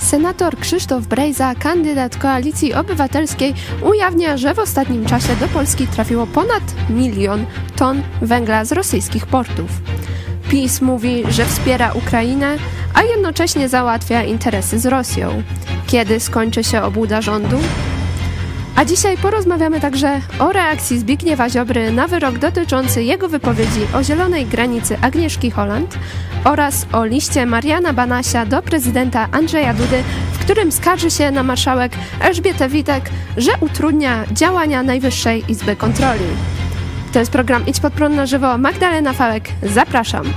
Senator Krzysztof Brejza, kandydat Koalicji Obywatelskiej, ujawnia, że w ostatnim czasie do Polski trafiło ponad 1 000 000 ton węgla z rosyjskich portów. PiS mówi, że wspiera Ukrainę, a jednocześnie załatwia interesy z Rosją. Kiedy skończy się obłuda rządu? A dzisiaj porozmawiamy także o reakcji Zbigniewa Ziobry na wyrok dotyczący jego wypowiedzi o zielonej granicy Agnieszki Holland oraz o liście Mariana Banasia do prezydenta Andrzeja Dudy, w którym skarży się na marszałek Elżbietę Witek, że utrudnia działania Najwyższej Izby Kontroli. To jest program Idź Pod Prąd na żywo. Magdalena Fałek, zapraszam.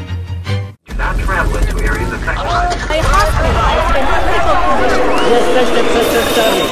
Jesteście przestępcami.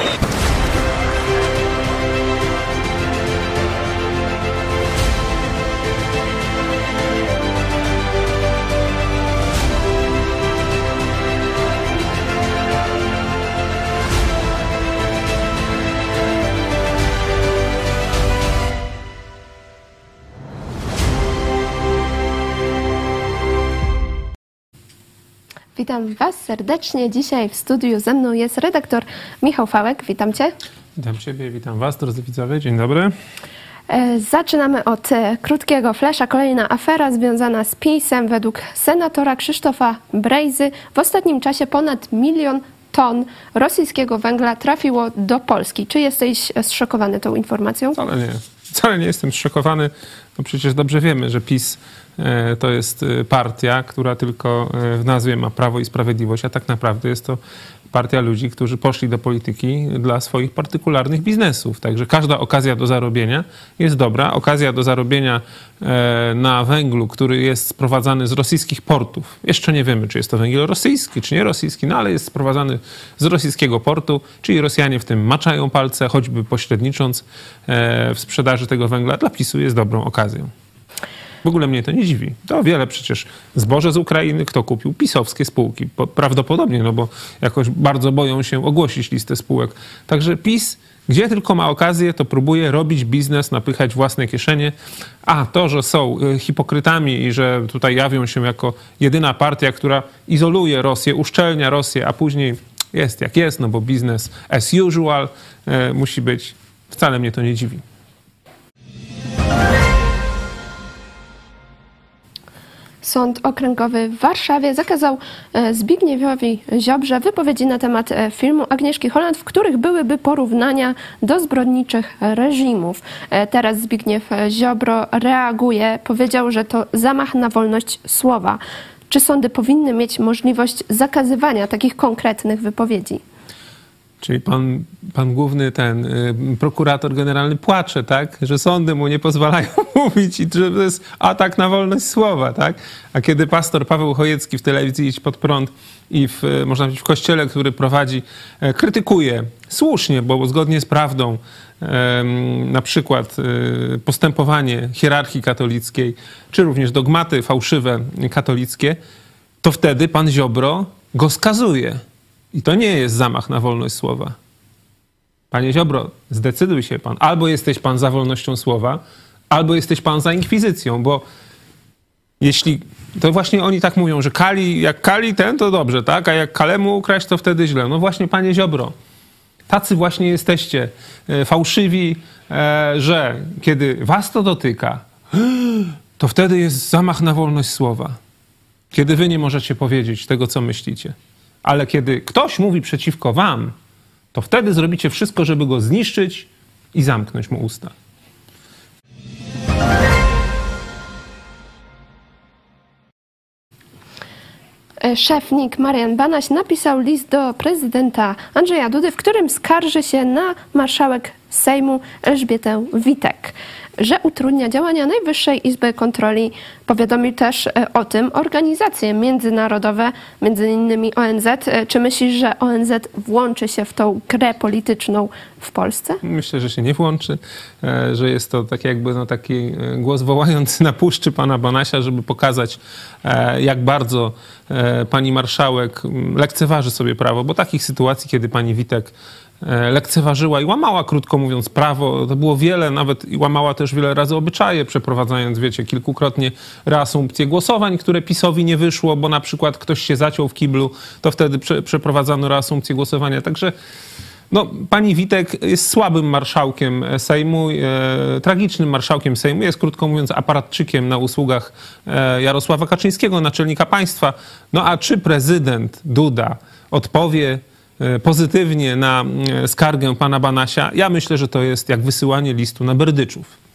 Witam Was serdecznie. Dzisiaj w studiu ze mną jest redaktor Michał Fałek. Witam Cię. Witam Ciebie, witam Was, drodzy widzowie. Dzień dobry. Zaczynamy od krótkiego flesza. Kolejna afera związana z PiS-em. Według senatora Krzysztofa Brejzy w ostatnim czasie ponad 1 000 000 ton rosyjskiego węgla trafiło do Polski. Czy jesteś zszokowany tą informacją? Wcale nie. Wcale nie jestem zszokowany. No przecież dobrze wiemy, że PiS to jest partia, która tylko w nazwie ma Prawo i Sprawiedliwość, a tak naprawdę jest to partia ludzi, którzy poszli do polityki dla swoich partykularnych biznesów. Także każda okazja do zarobienia jest dobra. Okazja do zarobienia na węglu, który jest sprowadzany z rosyjskich portów. Jeszcze nie wiemy, czy jest to węgiel rosyjski, czy nie rosyjski, no ale jest sprowadzany z rosyjskiego portu, czyli Rosjanie w tym maczają palce, choćby pośrednicząc w sprzedaży tego węgla. Dla PiS-u jest dobrą okazją. W ogóle mnie to nie dziwi. To wiele przecież zboże z Ukrainy, kto kupił pisowskie spółki. Prawdopodobnie, no bo jakoś bardzo boją się ogłosić listę spółek. Także PiS, gdzie tylko ma okazję, to próbuje robić biznes, napychać własne kieszenie. A to, że są hipokrytami i że tutaj jawią się jako jedyna partia, która izoluje Rosję, uszczelnia Rosję, a później jest jak jest, no bo biznes as usual musi być. Wcale mnie to nie dziwi. Sąd Okręgowy w Warszawie zakazał Zbigniewowi Ziobrze wypowiedzi na temat filmu Agnieszki Holland, w których byłyby porównania do zbrodniczych reżimów. Teraz Zbigniew Ziobro reaguje, powiedział, że to zamach na wolność słowa. Czy sądy powinny mieć możliwość zakazywania takich konkretnych wypowiedzi? Czyli pan główny, prokurator generalny płacze, tak? Że sądy mu nie pozwalają mówić i że to jest atak na wolność słowa, tak? A kiedy pastor Paweł Chojecki w telewizji Idź Pod Prąd i można powiedzieć w kościele, który prowadzi, krytykuje słusznie, bo zgodnie z prawdą na przykład postępowanie hierarchii katolickiej, czy również dogmaty fałszywe katolickie, to wtedy pan Ziobro go skazuje. I to nie jest zamach na wolność słowa. Panie Ziobro, zdecyduj się pan. Albo jesteś pan za wolnością słowa, albo jesteś pan za inkwizycją, bo jeśli... To właśnie oni tak mówią, że jak kali ten, to dobrze, tak? A jak kalemu ukraść, to wtedy źle. No właśnie, panie Ziobro, tacy właśnie jesteście fałszywi, że kiedy was to dotyka, to wtedy jest zamach na wolność słowa. Kiedy wy nie możecie powiedzieć tego, co myślicie. Ale kiedy ktoś mówi przeciwko wam, to wtedy zrobicie wszystko, żeby go zniszczyć i zamknąć mu usta. Szef NIK Marian Banaś napisał list do prezydenta Andrzeja Dudy, w którym skarży się na marszałek Sejmu Elżbietę Witek, że utrudnia działania Najwyższej Izby Kontroli. Powiadomił też o tym organizacje międzynarodowe, między innymi ONZ. Czy myślisz, że ONZ włączy się w tą grę polityczną w Polsce? Myślę, że się nie włączy, że jest to tak jakby taki głos wołający na puszczy pana Banasia, żeby pokazać, jak bardzo pani marszałek lekceważy sobie prawo, bo takich sytuacji, kiedy pani Witek lekceważyła i łamała, krótko mówiąc, prawo. To było wiele, nawet i łamała też wiele razy obyczaje, przeprowadzając, wiecie, kilkukrotnie reasumpcję głosowań, które PiS-owi nie wyszło, bo na przykład ktoś się zaciął w kiblu, to wtedy przeprowadzano reasumpcję głosowania. Także no, pani Witek jest słabym marszałkiem Sejmu, tragicznym marszałkiem Sejmu, jest, krótko mówiąc, aparatczykiem na usługach Jarosława Kaczyńskiego, naczelnika państwa. No a czy prezydent Duda odpowie pozytywnie na skargę pana Banasia? Ja myślę, że to jest jak wysyłanie listu na Berdyczów.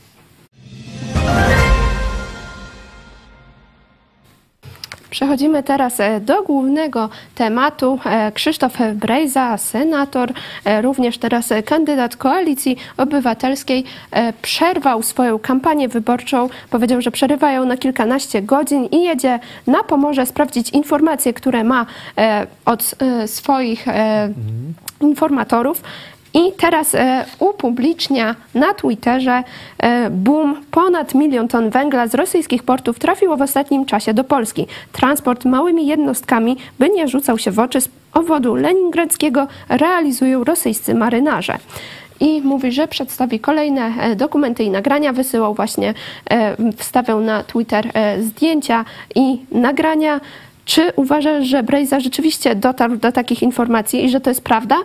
Przechodzimy teraz do głównego tematu. Krzysztof Brejza, senator, również teraz kandydat Koalicji Obywatelskiej, przerwał swoją kampanię wyborczą. Powiedział, że przerywa ją na kilkanaście godzin i jedzie na Pomorze sprawdzić informacje, które ma od swoich informatorów. I teraz upublicznia na Twitterze boom, ponad 1 000 000 ton węgla z rosyjskich portów trafiło w ostatnim czasie do Polski. Transport małymi jednostkami, by nie rzucał się w oczy, z obwodu leningradzkiego realizują rosyjscy marynarze. I mówi, że przedstawi kolejne dokumenty i nagrania. Wysyłał właśnie, wstawiał na Twitter zdjęcia i nagrania. Czy uważasz, że Brejza rzeczywiście dotarł do takich informacji i że to jest prawda?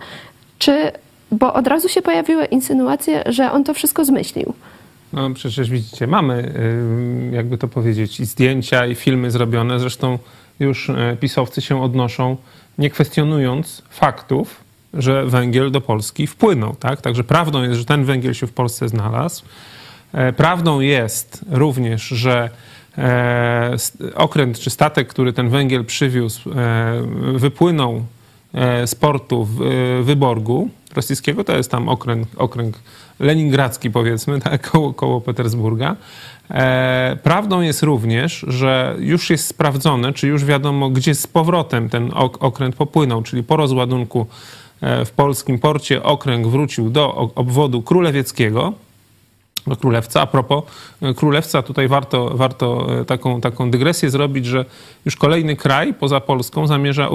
Bo od razu się pojawiły insynuacje, że on to wszystko zmyślił. No przecież widzicie, mamy, jakby to powiedzieć, i zdjęcia, i filmy zrobione. Zresztą już pisowcy się odnoszą, nie kwestionując faktów, że węgiel do Polski wpłynął. Tak? Także prawdą jest, że ten węgiel się w Polsce znalazł. Prawdą jest również, że okręt czy statek, który ten węgiel przywiózł, wypłynął z portu w Wyborgu rosyjskiego, to jest tam okręg leningradzki, powiedzmy, tak, koło Petersburga. Prawdą jest również, że już jest sprawdzone, czy już wiadomo, gdzie z powrotem ten okręt popłynął, czyli po rozładunku w polskim porcie okręt wrócił do obwodu królewieckiego, do Królewca. A propos Królewca, tutaj warto taką dygresję zrobić, że już kolejny kraj poza Polską zamierza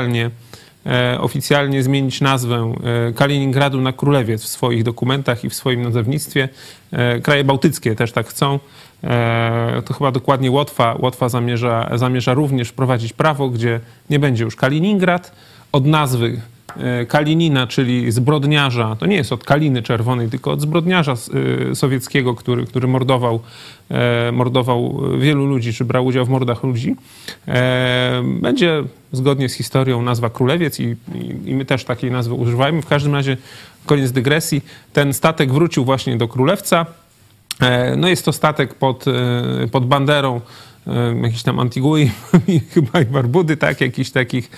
oficjalnie zmienić nazwę Kaliningradu na Królewiec w swoich dokumentach i w swoim nazewnictwie. Kraje bałtyckie też tak chcą. To chyba dokładnie Łotwa zamierza również wprowadzić prawo, gdzie nie będzie już Kaliningrad. Od nazwy Kalinina, czyli zbrodniarza, to nie jest od Kaliny Czerwonej, tylko od zbrodniarza sowieckiego, który mordował wielu ludzi, czy brał udział w mordach ludzi. Będzie zgodnie z historią nazwa Królewiec i my też takiej nazwy używajmy. W każdym razie, koniec dygresji, ten statek wrócił właśnie do Królewca. No jest to statek pod banderą jakiś tam Antigui chyba i Barbudy, tak, jakichś takich...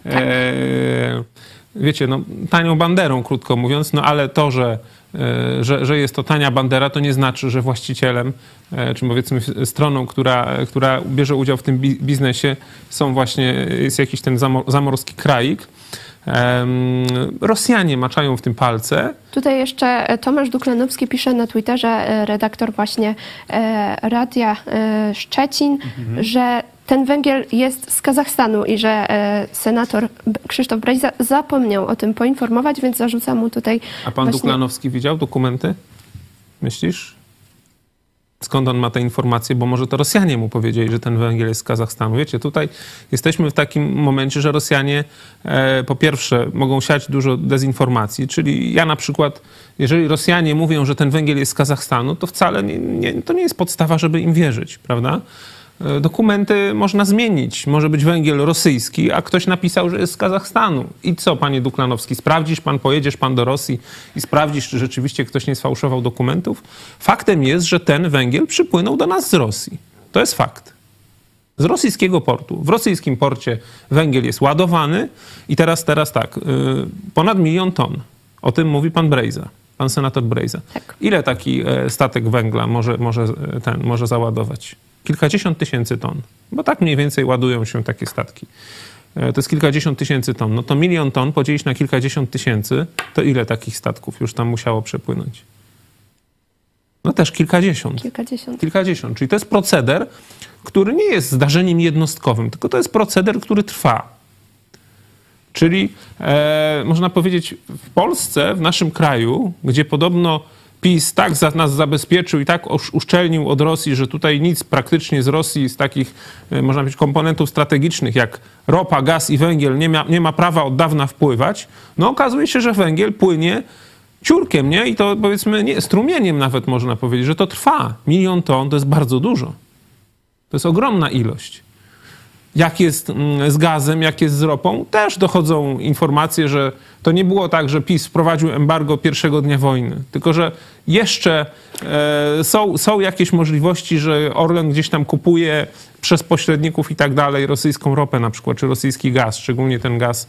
wiecie, no, tanią banderą, krótko mówiąc, no ale to, że jest to tania bandera, to nie znaczy, że właścicielem, czy powiedzmy stroną, która bierze udział w tym biznesie, jest jakiś ten zamorski kraik. Rosjanie maczają w tym palce. Tutaj jeszcze Tomasz Duklanowski pisze na Twitterze, redaktor właśnie Radia Szczecin, że ten węgiel jest z Kazachstanu i że senator Krzysztof Brejza zapomniał o tym poinformować, więc zarzuca mu tutaj... A pan Duklanowski widział dokumenty? Myślisz? Skąd on ma te informacje? Bo może to Rosjanie mu powiedzieli, że ten węgiel jest z Kazachstanu. Wiecie, tutaj jesteśmy w takim momencie, że Rosjanie po pierwsze mogą siać dużo dezinformacji, czyli ja na przykład, jeżeli Rosjanie mówią, że ten węgiel jest z Kazachstanu, to wcale to nie jest podstawa, żeby im wierzyć, prawda? Dokumenty można zmienić. Może być węgiel rosyjski, a ktoś napisał, że jest z Kazachstanu. I co, panie Duklanowski, sprawdzisz pan, pojedziesz pan do Rosji i sprawdzisz, czy rzeczywiście ktoś nie sfałszował dokumentów? Faktem jest, że ten węgiel przypłynął do nas z Rosji. To jest fakt. Z rosyjskiego portu. W rosyjskim porcie węgiel jest ładowany i teraz tak, ponad 1 000 000 ton. O tym mówi pan Brejza, pan senator Brejza. Tak. Ile taki statek węgla może załadować? Kilkadziesiąt tysięcy ton, bo tak mniej więcej ładują się takie statki. To jest kilkadziesiąt tysięcy ton. No to 1 000 000 ton podzielić na kilkadziesiąt tysięcy, to ile takich statków już tam musiało przepłynąć? No też kilkadziesiąt. Kilkadziesiąt. Czyli to jest proceder, który nie jest zdarzeniem jednostkowym, tylko to jest proceder, który trwa. Czyli można powiedzieć w Polsce, w naszym kraju, gdzie podobno PiS tak nas zabezpieczył i tak uszczelnił od Rosji, że tutaj nic praktycznie z Rosji, z takich, można powiedzieć, komponentów strategicznych jak ropa, gaz i węgiel nie ma prawa od dawna wpływać, no okazuje się, że węgiel płynie ciurkiem, nie? I to powiedzmy nie, strumieniem nawet można powiedzieć, że to trwa. 1 000 000 ton to jest bardzo dużo. To jest ogromna ilość. Jak jest z gazem, jak jest z ropą, też dochodzą informacje, że to nie było tak, że PiS wprowadził embargo pierwszego dnia wojny, tylko że jeszcze są jakieś możliwości, że Orlen gdzieś tam kupuje przez pośredników i tak dalej rosyjską ropę na przykład, czy rosyjski gaz, szczególnie ten gaz,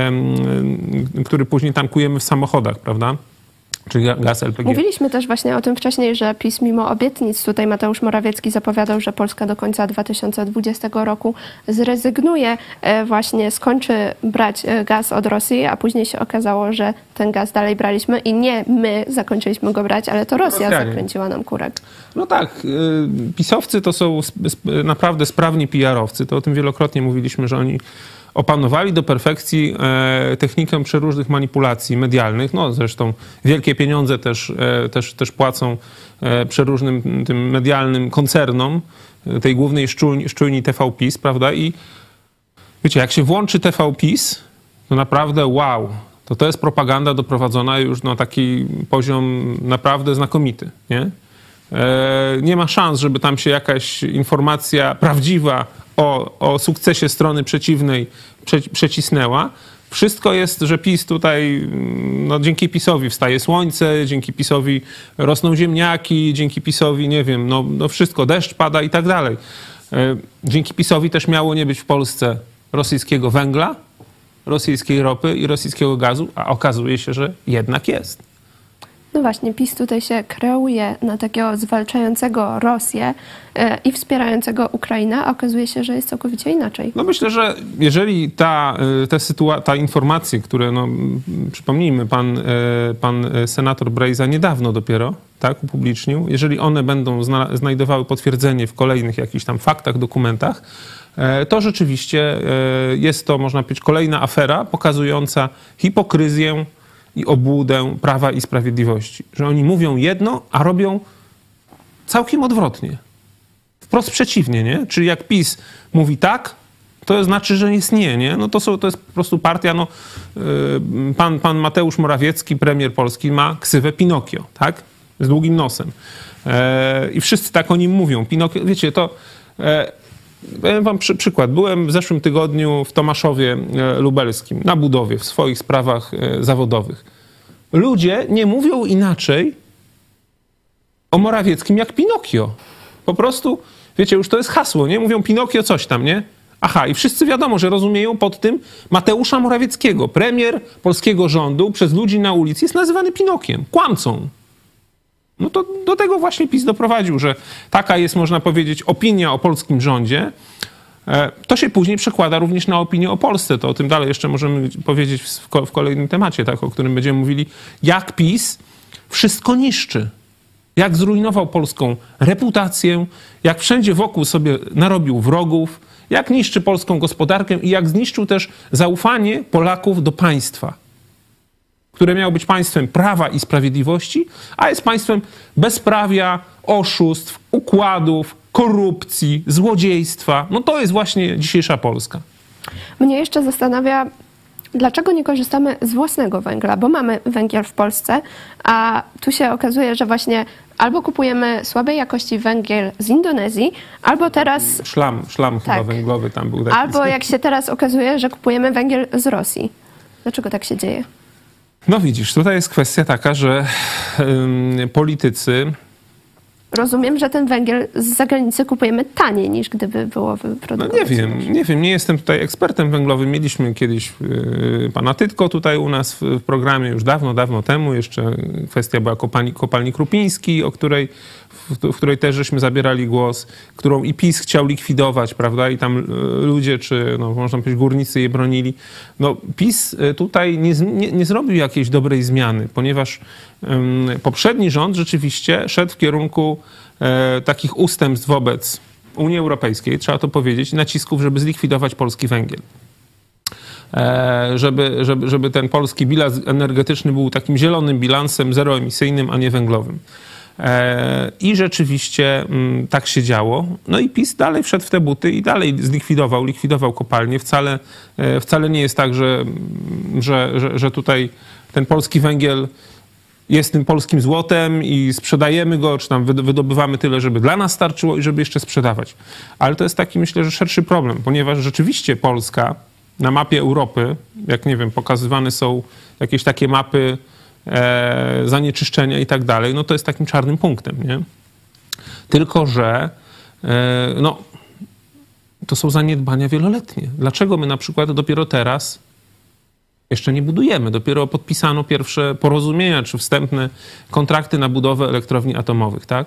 który później tankujemy w samochodach, prawda? Czyli gaz LPG. Mówiliśmy też właśnie o tym wcześniej, że PiS mimo obietnic, tutaj Mateusz Morawiecki zapowiadał, że Polska do końca 2020 roku zrezygnuje, właśnie skończy brać gaz od Rosji, a później się okazało, że ten gaz dalej braliśmy i nie my zakończyliśmy go brać, ale to Rosja zakręciła nam kurek. No tak, pisowcy to są naprawdę sprawni PR-owcy, to o tym wielokrotnie mówiliśmy, że oni opanowali do perfekcji technikę przeróżnych manipulacji medialnych. No zresztą wielkie pieniądze też płacą przeróżnym tym medialnym koncernom, tej głównej szczujni TVPiS, prawda? I wiecie, jak się włączy TVPiS, to naprawdę wow, to jest propaganda doprowadzona już na taki poziom naprawdę znakomity, nie? Nie ma szans, żeby tam się jakaś informacja prawdziwa o sukcesie strony przeciwnej przecisnęła. Wszystko jest, że PiS tutaj, no dzięki PiS-owi wstaje słońce, dzięki PiS-owi rosną ziemniaki, dzięki PiS-owi, nie wiem, no wszystko, deszcz pada i tak dalej. Dzięki PiS-owi też miało nie być w Polsce rosyjskiego węgla, rosyjskiej ropy i rosyjskiego gazu, a okazuje się, że jednak jest. No właśnie, PiS tutaj się kreuje na takiego zwalczającego Rosję i wspierającego Ukrainę, a okazuje się, że jest całkowicie inaczej. No myślę, że jeżeli ta informacje, które, no, przypomnijmy, pan senator Brejza niedawno dopiero tak upublicznił, jeżeli one będą znajdowały potwierdzenie w kolejnych jakichś tam faktach, dokumentach, to rzeczywiście jest to, można powiedzieć, kolejna afera pokazująca hipokryzję i obłudę Prawa i Sprawiedliwości. Że oni mówią jedno, a robią całkiem odwrotnie. Wprost przeciwnie, nie? Czyli jak PiS mówi tak, to znaczy, że jest nie? No to jest po prostu partia, no, pan Mateusz Morawiecki, premier Polski, ma ksywę Pinokio, tak? Z długim nosem. I wszyscy tak o nim mówią. Pinokio, wiecie, to... Powiem wam przykład. Byłem w zeszłym tygodniu w Tomaszowie Lubelskim na budowie w swoich sprawach zawodowych. Ludzie nie mówią inaczej o Morawieckim jak Pinokio. Po prostu, wiecie, już to jest hasło, nie? Mówią Pinokio coś tam, nie? Aha, i wszyscy wiadomo, że rozumieją pod tym Mateusza Morawieckiego. Premier polskiego rządu przez ludzi na ulicy jest nazywany Pinokiem, kłamcą. No to do tego właśnie PiS doprowadził, że taka jest, można powiedzieć, opinia o polskim rządzie. To się później przekłada również na opinię o Polsce. To o tym dalej jeszcze możemy powiedzieć w kolejnym temacie, tak, o którym będziemy mówili. Jak PiS wszystko niszczy. Jak zrujnował polską reputację, jak wszędzie wokół sobie narobił wrogów, jak niszczy polską gospodarkę i jak zniszczył też zaufanie Polaków do państwa, które miało być państwem prawa i sprawiedliwości, a jest państwem bezprawia, oszustw, układów, korupcji, złodziejstwa. No to jest właśnie dzisiejsza Polska. Mnie jeszcze zastanawia, dlaczego nie korzystamy z własnego węgla, bo mamy węgiel w Polsce, a tu się okazuje, że właśnie albo kupujemy słabej jakości węgiel z Indonezji, albo teraz... Szlam tak, chyba węglowy tam był taki. Albo jak się teraz okazuje, że kupujemy węgiel z Rosji. Dlaczego tak się dzieje? No widzisz, tutaj jest kwestia taka, że politycy... Rozumiem, że ten węgiel z zagranicy kupujemy taniej niż gdyby było wyprodukowane. No nie wiem, nie jestem tutaj ekspertem węglowym. Mieliśmy kiedyś pana Tytko tutaj u nas w programie już dawno temu. Jeszcze kwestia była kopalni Krupiński, w której też żeśmy zabierali głos, którą i PiS chciał likwidować, prawda? I tam ludzie, czy no, można powiedzieć górnicy je bronili. No PiS tutaj nie zrobił jakiejś dobrej zmiany, ponieważ poprzedni rząd rzeczywiście szedł w kierunku takich ustępstw wobec Unii Europejskiej, trzeba to powiedzieć, nacisków, żeby zlikwidować polski węgiel. żeby ten polski bilans energetyczny był takim zielonym bilansem zeroemisyjnym, a nie węglowym. I rzeczywiście tak się działo. No i PiS dalej wszedł w te buty i dalej likwidował kopalnie. Wcale nie jest tak, że tutaj ten polski węgiel jest tym polskim złotem i sprzedajemy go, czy tam wydobywamy tyle, żeby dla nas starczyło i żeby jeszcze sprzedawać. Ale to jest taki, myślę, że szerszy problem, ponieważ rzeczywiście Polska na mapie Europy, jak nie wiem, pokazywane są jakieś takie mapy zanieczyszczenia i tak dalej, no to jest takim czarnym punktem, nie? Tylko że no, to są zaniedbania wieloletnie. Dlaczego my na przykład dopiero teraz jeszcze nie budujemy? Dopiero podpisano pierwsze porozumienia czy wstępne kontrakty na budowę elektrowni atomowych, tak?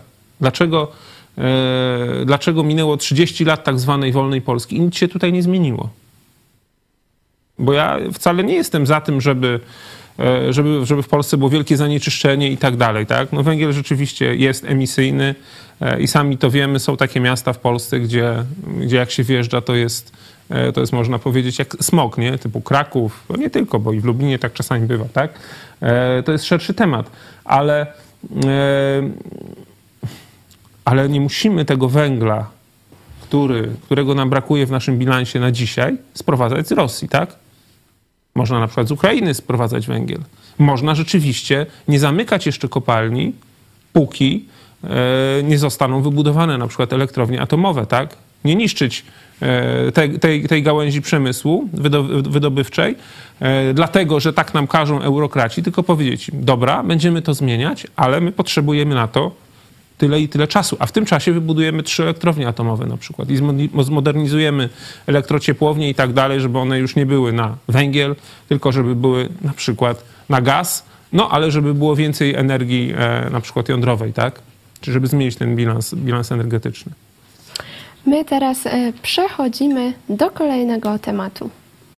Dlaczego minęło 30 lat tak zwanej wolnej Polski i nic się tutaj nie zmieniło? Bo ja wcale nie jestem za tym, żeby w Polsce było wielkie zanieczyszczenie i tak dalej, tak? No węgiel rzeczywiście jest emisyjny i sami to wiemy. Są takie miasta w Polsce, gdzie jak się wjeżdża, to jest można powiedzieć jak smog, nie? Typu Kraków, no nie tylko, bo i w Lublinie tak czasami bywa, tak? To jest szerszy temat, ale nie musimy tego węgla, którego nam brakuje w naszym bilansie na dzisiaj, sprowadzać z Rosji, tak? Można na przykład z Ukrainy sprowadzać węgiel. Można rzeczywiście nie zamykać jeszcze kopalni, póki nie zostaną wybudowane na przykład elektrownie atomowe, tak? Nie niszczyć tej gałęzi przemysłu wydobywczej, dlatego, że tak nam każą eurokraci, tylko powiedzieć im, dobra, będziemy to zmieniać, ale my potrzebujemy na to tyle i tyle czasu, a w tym czasie wybudujemy 3 elektrownie atomowe na przykład i zmodernizujemy elektrociepłownie i tak dalej, żeby one już nie były na węgiel, tylko żeby były na przykład na gaz, no ale żeby było więcej energii na przykład jądrowej, tak? Czy żeby zmienić ten bilans energetyczny. My teraz przechodzimy do kolejnego tematu.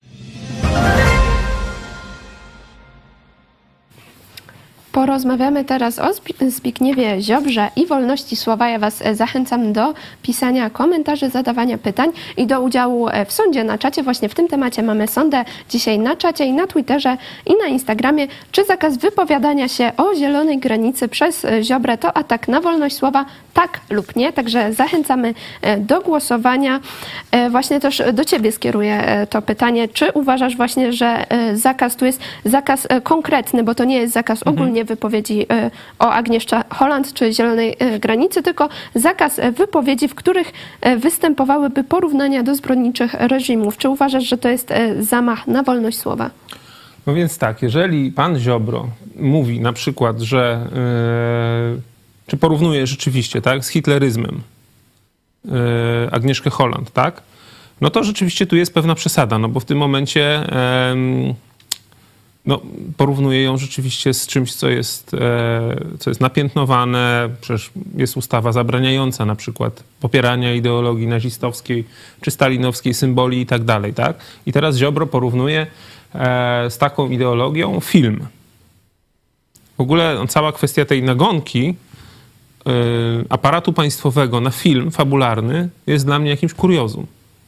Porozmawiamy teraz o Zbigniewie Ziobrze i wolności słowa. Ja Was zachęcam do pisania komentarzy, zadawania pytań i do udziału w sądzie na czacie. Właśnie w tym temacie mamy sądę dzisiaj na czacie i na Twitterze i na Instagramie. Czy zakaz wypowiadania się o zielonej granicy przez Ziobrę to atak na wolność słowa? Tak lub nie? Także zachęcamy do głosowania. Właśnie też do Ciebie skieruję to pytanie. Czy uważasz właśnie, że zakaz tu jest zakaz konkretny, bo to nie jest zakaz ogólnie wypowiedzi o Agnieszce Holland czy zielonej granicy, tylko zakaz wypowiedzi, w których występowałyby porównania do zbrodniczych reżimów. Czy uważasz, że to jest zamach na wolność słowa? No więc tak, jeżeli pan Ziobro mówi na przykład, że czy porównuje rzeczywiście, tak, z hitleryzmem Agnieszkę Holland, tak, no to rzeczywiście tu jest pewna przesada, no bo w tym momencie no, porównuje ją rzeczywiście z czymś, co jest napiętnowane. Przecież jest ustawa zabraniająca na przykład popierania ideologii nazistowskiej czy stalinowskiej, symboli i tak dalej, tak? I teraz Ziobro porównuje z taką ideologią film. W ogóle cała kwestia tej nagonki aparatu państwowego na film fabularny jest dla mnie jakimś kuriozum.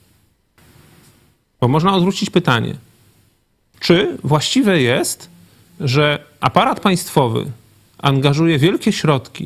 Bo można odwrócić pytanie. Czy właściwe jest, że aparat państwowy angażuje wielkie środki?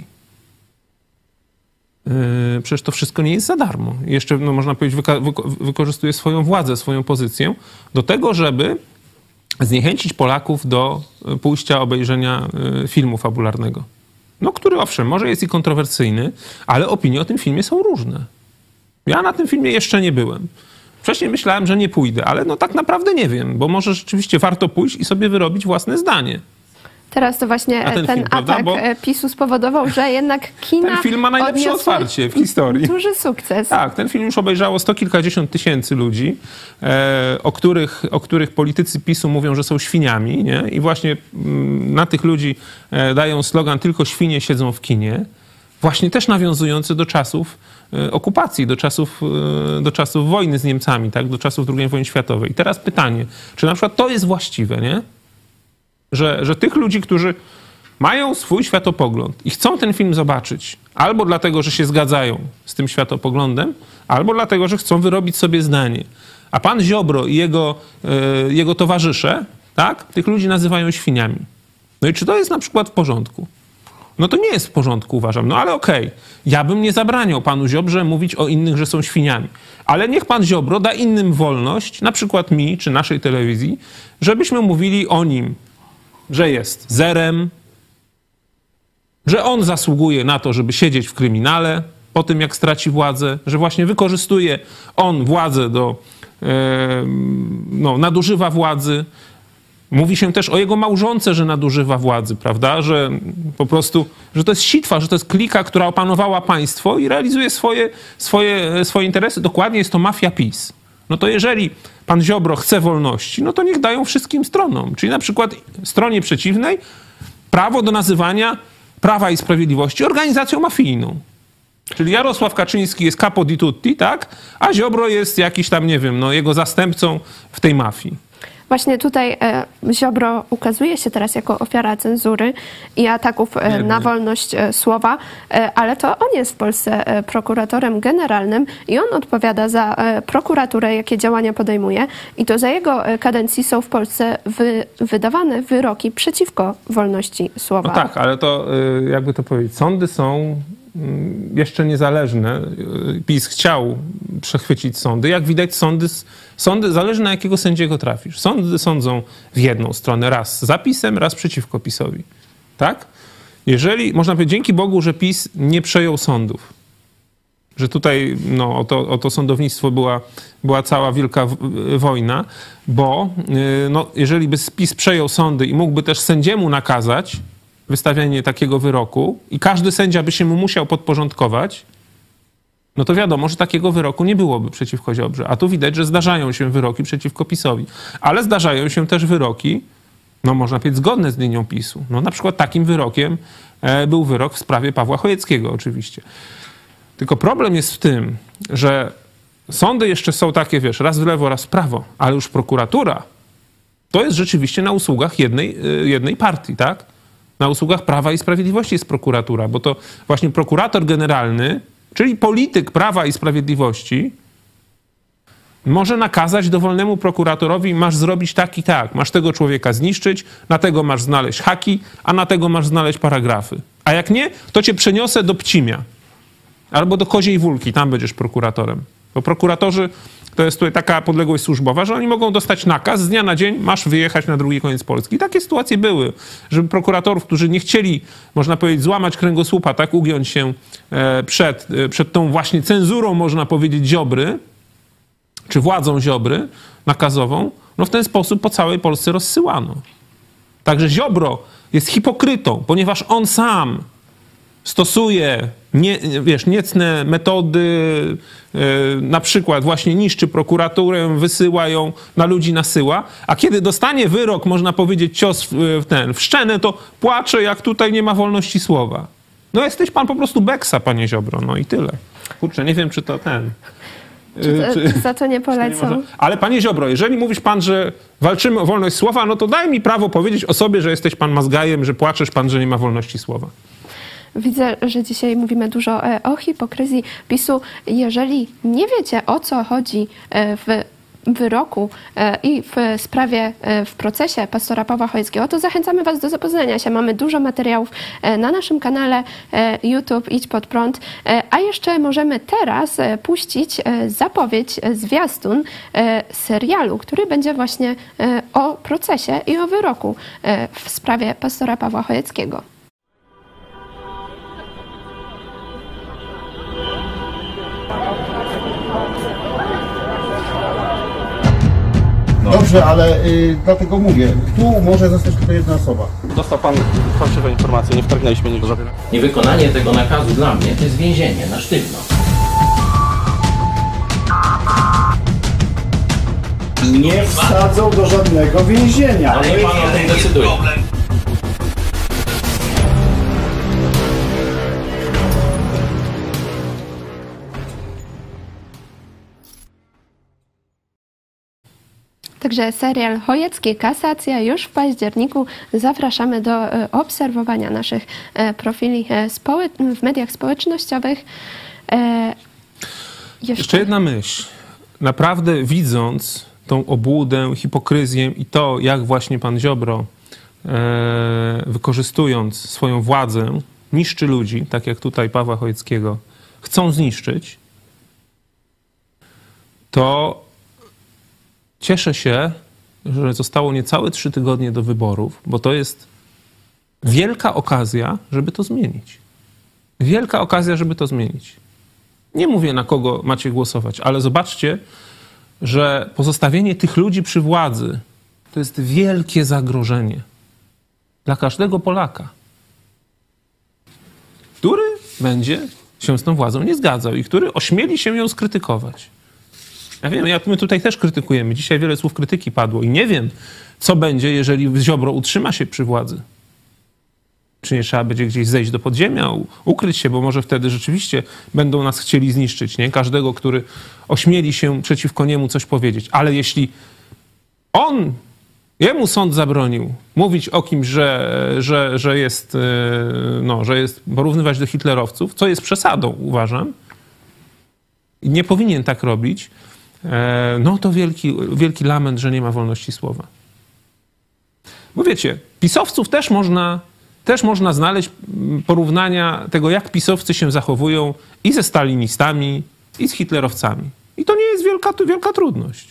Przecież to wszystko nie jest za darmo. Jeszcze, no, można powiedzieć, wykorzystuje swoją władzę, swoją pozycję do tego, żeby zniechęcić Polaków do pójścia, obejrzenia filmu fabularnego. No, który owszem, może jest i kontrowersyjny, ale opinie o tym filmie są różne. Ja na tym filmie jeszcze nie byłem. Wcześniej myślałem, że nie pójdę, ale no tak naprawdę nie wiem, bo może rzeczywiście warto pójść i sobie wyrobić własne zdanie. Teraz to właśnie ten atak PiS-u spowodował, że jednak kina ten film ma najlepsze otwarcie w historii. Duży sukces. Tak, ten film już obejrzało 100 kilkadziesiąt tysięcy ludzi, o których politycy PiS-u mówią, że są świniami, nie? I właśnie na tych ludzi dają slogan "Tylko świnie siedzą w kinie", właśnie też nawiązujący do czasów okupacji, do czasów wojny z Niemcami, tak? Do czasów II wojny światowej. I teraz pytanie, czy na przykład to jest właściwe, nie? Że tych ludzi, którzy mają swój światopogląd i chcą ten film zobaczyć, albo dlatego, że się zgadzają z tym światopoglądem, albo dlatego, że chcą wyrobić sobie zdanie. A pan Ziobro i jego towarzysze, tak, tych ludzi nazywają świniami. No i czy to jest na przykład w porządku? No to nie jest w porządku, uważam. No ale okej, ja bym nie zabraniał panu Ziobrze mówić o innych, że są świniami. Ale niech pan Ziobro da innym wolność, na przykład mi czy naszej telewizji, żebyśmy mówili o nim, że jest zerem, że on zasługuje na to, żeby siedzieć w kryminale po tym, jak straci władzę, że właśnie wykorzystuje on władzę nadużywa władzy. Mówi się też o jego małżonce, że nadużywa władzy, prawda? Że po prostu, że to jest sitwa, że to jest klika, która opanowała państwo i realizuje swoje interesy. Dokładnie jest to mafia PiS. No to jeżeli pan Ziobro chce wolności, no to niech dają wszystkim stronom. Czyli na przykład stronie przeciwnej prawo do nazywania Prawa i Sprawiedliwości organizacją mafijną. Czyli Jarosław Kaczyński jest capo di tutti, tak? A Ziobro jest jakiś tam, nie wiem, jego zastępcą w tej mafii. Właśnie tutaj Ziobro ukazuje się teraz jako ofiara cenzury i ataków na wolność słowa, ale to on jest w Polsce prokuratorem generalnym i on odpowiada za prokuraturę, jakie działania podejmuje. I to za jego kadencji są w Polsce wydawane wyroki przeciwko wolności słowa. No tak, ale to jakby to powiedzieć, sądy są jeszcze niezależne. PiS chciał przechwycić sądy. Jak widać, sądy zależy na jakiego sędziego trafisz. Sądy sądzą w jedną stronę, raz za PiS-em, raz przeciwko PiS-owi. Tak? Jeżeli, można powiedzieć, dzięki Bogu, że PiS nie przejął sądów. Że tutaj o to sądownictwo była cała wielka wojna, bo jeżeli by PiS przejął sądy i mógłby też sędziemu nakazać wystawianie takiego wyroku i każdy sędzia by się mu musiał podporządkować, no to wiadomo, że takiego wyroku nie byłoby przeciwko Ziobrze. A tu widać, że zdarzają się wyroki przeciwko PiS-owi. Ale zdarzają się też wyroki, można powiedzieć, zgodne z linią PiS-u. Na przykład takim wyrokiem był wyrok w sprawie Pawła Chojeckiego oczywiście. Tylko problem jest w tym, że sądy jeszcze są takie, raz w lewo, raz w prawo, ale już prokuratura to jest rzeczywiście na usługach jednej partii, tak? Na usługach Prawa i Sprawiedliwości jest prokuratura, bo to właśnie prokurator generalny, czyli polityk Prawa i Sprawiedliwości, może nakazać dowolnemu prokuratorowi, masz zrobić tak i tak, masz tego człowieka zniszczyć, na tego masz znaleźć haki, a na tego masz znaleźć paragrafy. A jak nie, to cię przeniosę do Pcimia albo do Koziej Wólki, tam będziesz prokuratorem. Bo prokuratorzy, to jest tutaj taka podległość służbowa, że oni mogą dostać nakaz, z dnia na dzień masz wyjechać na drugi koniec Polski. I takie sytuacje były, żeby prokuratorów, którzy nie chcieli, można powiedzieć, złamać kręgosłupa, tak, ugiąć się przed tą właśnie cenzurą, można powiedzieć, Ziobry, czy władzą Ziobry nakazową, w ten sposób po całej Polsce rozsyłano. Także Ziobro jest hipokrytą, ponieważ on sam stosuje niecne metody, na przykład właśnie niszczy prokuraturę, wysyła ją, na ludzi nasyła, a kiedy dostanie wyrok, można powiedzieć, cios w szczenę, to płacze, jak tutaj nie ma wolności słowa. Jesteś pan po prostu beksa, panie Ziobro, i tyle. Kurczę, nie wiem, czy to Czy za to nie polecą? Ale panie Ziobro, jeżeli mówisz pan, że walczymy o wolność słowa, to daj mi prawo powiedzieć o sobie, że jesteś pan mazgajem, że płaczesz pan, że nie ma wolności słowa. Widzę, że dzisiaj mówimy dużo o hipokryzji PiS-u. Jeżeli nie wiecie, o co chodzi w wyroku i w sprawie, w procesie pastora Pawła Chojeckiego, to zachęcamy was do zapoznania się. Mamy dużo materiałów na naszym kanale YouTube Idź Pod Prąd, a jeszcze możemy teraz puścić zapowiedź, zwiastun serialu, który będzie właśnie o procesie i o wyroku w sprawie pastora Pawła Chojeckiego. Dobrze, ale dlatego mówię, tu może zostać tylko jedna osoba. Dostał pan fałszywe informacje, nie wtargnęliśmy nigdy. Niewykonanie tego nakazu dla mnie to jest więzienie na sztywno. Nie wsadzą do żadnego więzienia. Ale nie pan o tym decyduje. Także serial Chojeckie Kasacja już w październiku. Zapraszamy do obserwowania naszych profili w mediach społecznościowych. Jeszcze jedna myśl. Naprawdę widząc tą obłudę, hipokryzję i to, jak właśnie pan Ziobro, wykorzystując swoją władzę, niszczy ludzi, tak jak tutaj Pawła Chojeckiego chcą zniszczyć, to cieszę się, że zostało niecałe 3 tygodnie do wyborów, bo to jest wielka okazja, żeby to zmienić. Wielka okazja, żeby to zmienić. Nie mówię, na kogo macie głosować, ale zobaczcie, że pozostawienie tych ludzi przy władzy to jest wielkie zagrożenie dla każdego Polaka, który będzie się z tą władzą nie zgadzał i który ośmieli się ją skrytykować. Ja wiem, my tutaj też krytykujemy. Dzisiaj wiele słów krytyki padło i nie wiem, co będzie, jeżeli Ziobro utrzyma się przy władzy. Czy nie trzeba będzie gdzieś zejść do podziemia, ukryć się, bo może wtedy rzeczywiście będą nas chcieli zniszczyć, nie? Każdego, który ośmieli się przeciwko niemu coś powiedzieć. Ale jeśli jemu sąd zabronił mówić o kimś, że jest porównywać do hitlerowców, co jest przesadą, uważam, i nie powinien tak robić, no to wielki lament, że nie ma wolności słowa. Bo wiecie, pisowców też można znaleźć porównania tego, jak pisowcy się zachowują i ze stalinistami, i z hitlerowcami. I to nie jest wielka trudność.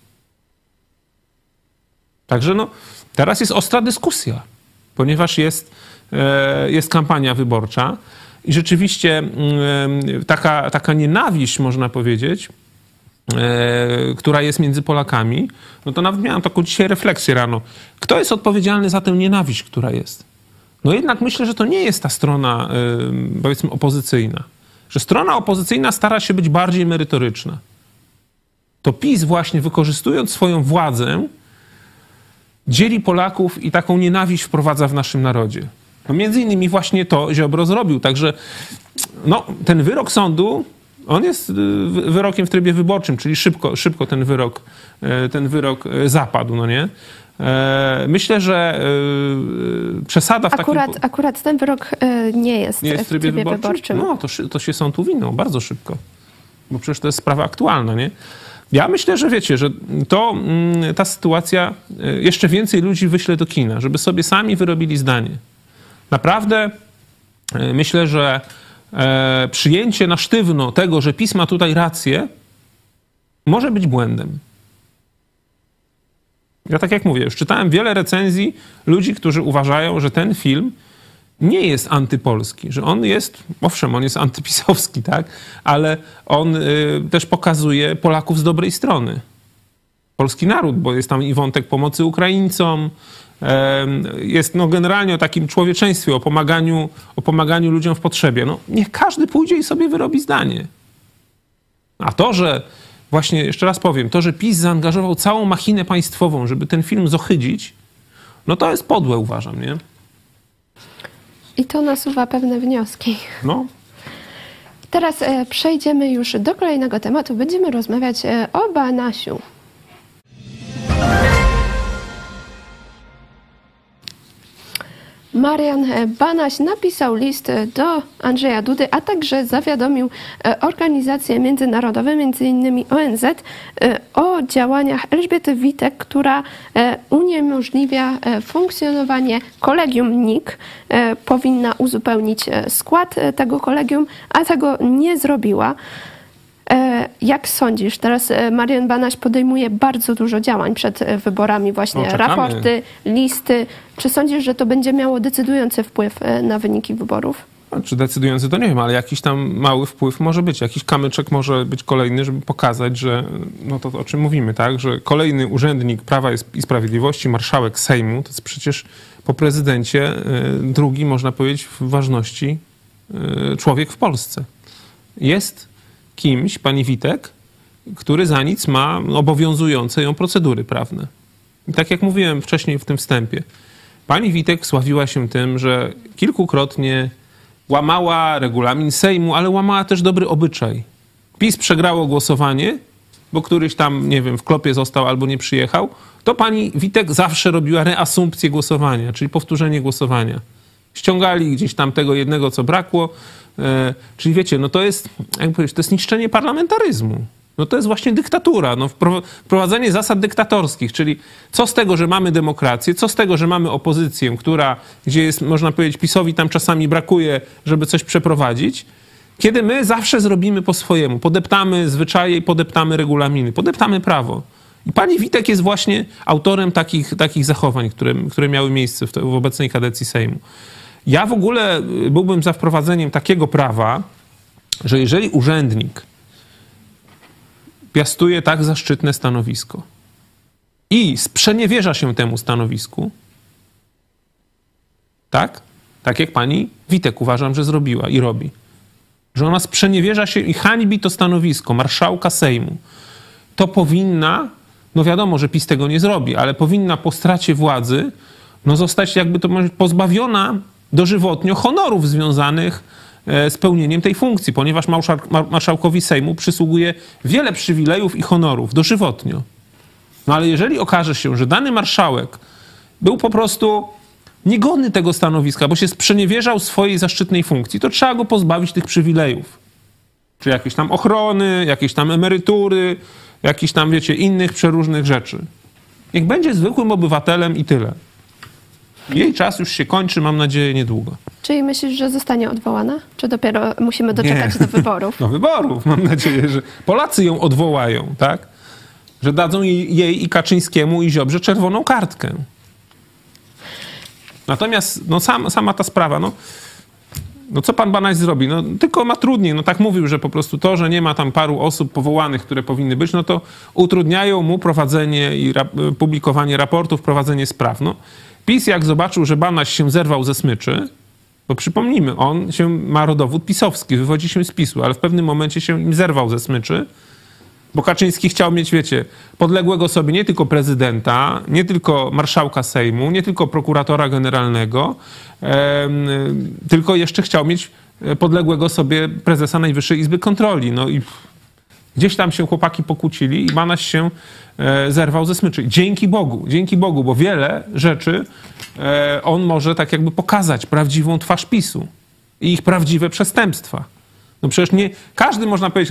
Także teraz jest ostra dyskusja, ponieważ jest kampania wyborcza i rzeczywiście taka nienawiść, można powiedzieć, która jest między Polakami, no to nawet miałem taką dzisiaj refleksję rano. Kto jest odpowiedzialny za tę nienawiść, która jest? No jednak myślę, że to nie jest ta strona, powiedzmy, opozycyjna. Że strona opozycyjna stara się być bardziej merytoryczna. To PiS właśnie, wykorzystując swoją władzę, dzieli Polaków i taką nienawiść wprowadza w naszym narodzie. No między innymi właśnie to Ziobro zrobił. Także ten wyrok sądu, on jest wyrokiem w trybie wyborczym, czyli szybko ten wyrok zapadł, no nie? Myślę, że przesada w Akurat ten wyrok nie jest w trybie wyborczym. No, to się sąd uwinął bardzo szybko. Bo przecież to jest sprawa aktualna, nie? Ja myślę, że wiecie, że ta sytuacja jeszcze więcej ludzi wyśle do kina, żeby sobie sami wyrobili zdanie. Naprawdę myślę, że przyjęcie na sztywno tego, że PiS ma tutaj rację, może być błędem. Ja tak jak mówię, już czytałem wiele recenzji ludzi, którzy uważają, że ten film nie jest antypolski, że on jest, owszem, on jest antypisowski, tak, ale on też pokazuje Polaków z dobrej strony. Polski naród, bo jest tam i wątek pomocy Ukraińcom, jest generalnie o takim człowieczeństwie, o pomaganiu ludziom w potrzebie. Niech każdy pójdzie i sobie wyrobi zdanie. A to, że właśnie, jeszcze raz powiem, to, że PiS zaangażował całą machinę państwową, żeby ten film zohydzić, no to jest podłe, uważam, nie? I to nasuwa pewne wnioski. No. Teraz przejdziemy już do kolejnego tematu. Będziemy rozmawiać o Banasiu. Marian Banaś napisał list do Andrzeja Dudy, a także zawiadomił organizacje międzynarodowe, m.in. ONZ, o działaniach Elżbiety Witek, która uniemożliwia funkcjonowanie kolegium NIK. Powinna uzupełnić skład tego kolegium, a tego nie zrobiła. Jak sądzisz? Teraz Marian Banaś podejmuje bardzo dużo działań przed wyborami, właśnie raporty, listy. Czy sądzisz, że to będzie miało decydujący wpływ na wyniki wyborów? Czy decydujący, to nie wiem, ale jakiś tam mały wpływ może być. Jakiś kamyczek może być kolejny, żeby pokazać, że to o czym mówimy, tak? Że kolejny urzędnik Prawa i Sprawiedliwości, marszałek Sejmu, to jest przecież po prezydencie drugi, można powiedzieć, w ważności człowiek w Polsce. Jest kimś, pani Witek, który za nic ma obowiązujące ją procedury prawne. I tak jak mówiłem wcześniej w tym wstępie, pani Witek sławiła się tym, że kilkukrotnie łamała regulamin Sejmu, ale łamała też dobry obyczaj. PiS przegrało głosowanie bo któryś tam, nie wiem, w klopie został albo nie przyjechał, to pani Witek zawsze robiła reasumpcję głosowania, czyli powtórzenie głosowania. Ściągali gdzieś tam tego jednego, co brakło. Czyli wiecie, no to jest, jak powiedzieć, to jest niszczenie parlamentaryzmu. No to jest właśnie dyktatura, no wprowadzenie zasad dyktatorskich, czyli co z tego, że mamy demokrację, co z tego, że mamy opozycję, gdzie jest, można powiedzieć, PiS-owi tam czasami brakuje, żeby coś przeprowadzić, kiedy my zawsze zrobimy po swojemu, podeptamy zwyczaje i podeptamy regulaminy, podeptamy prawo. I pani Witek jest właśnie autorem takich zachowań, które miały miejsce w obecnej kadencji Sejmu. Ja w ogóle byłbym za wprowadzeniem takiego prawa, że jeżeli urzędnik piastuje tak zaszczytne stanowisko i sprzeniewierza się temu stanowisku, tak jak pani Witek uważam, że zrobiła i robi, że ona sprzeniewierza się i hańbi to stanowisko marszałka Sejmu, to powinna, no wiadomo, że PiS tego nie zrobi, ale powinna po stracie władzy zostać, jakby to powiedzieć, pozbawiona dożywotnio honorów związanych z pełnieniem tej funkcji, ponieważ marszałkowi Sejmu przysługuje wiele przywilejów i honorów dożywotnio. No ale jeżeli okaże się, że dany marszałek był po prostu niegodny tego stanowiska, bo się sprzeniewierzał swojej zaszczytnej funkcji, to trzeba go pozbawić tych przywilejów. Czy jakieś tam ochrony, jakieś tam emerytury, jakichś tam, wiecie, innych przeróżnych rzeczy. Niech będzie zwykłym obywatelem i tyle. Jej czas już się kończy, mam nadzieję, niedługo. Czyli myślisz, że zostanie odwołana? Czy dopiero musimy doczekać do wyborów? Do wyborów. Mam nadzieję, że Polacy ją odwołają, tak? Że dadzą jej i Kaczyńskiemu i Ziobrze czerwoną kartkę. Natomiast sama ta sprawa, co pan Banaś zrobi? Tylko ma trudniej. Tak mówił, że po prostu to, że nie ma tam paru osób powołanych, które powinny być, to utrudniają mu prowadzenie i publikowanie raportów, prowadzenie spraw. PiS jak zobaczył, że Banaś się zerwał ze smyczy, bo przypomnijmy, on ma rodowód pisowski, wywodzi się z PiS-u, ale w pewnym momencie się im zerwał ze smyczy, bo Kaczyński chciał mieć, wiecie, podległego sobie nie tylko prezydenta, nie tylko marszałka Sejmu, nie tylko prokuratora generalnego, tylko jeszcze chciał mieć podległego sobie prezesa Najwyższej Izby Kontroli. I gdzieś tam się chłopaki pokłócili i Banaś się zerwał ze smyczy. Dzięki Bogu, bo wiele rzeczy on może tak jakby pokazać prawdziwą twarz PiS-u i ich prawdziwe przestępstwa. Przecież nie każdy, można powiedzieć,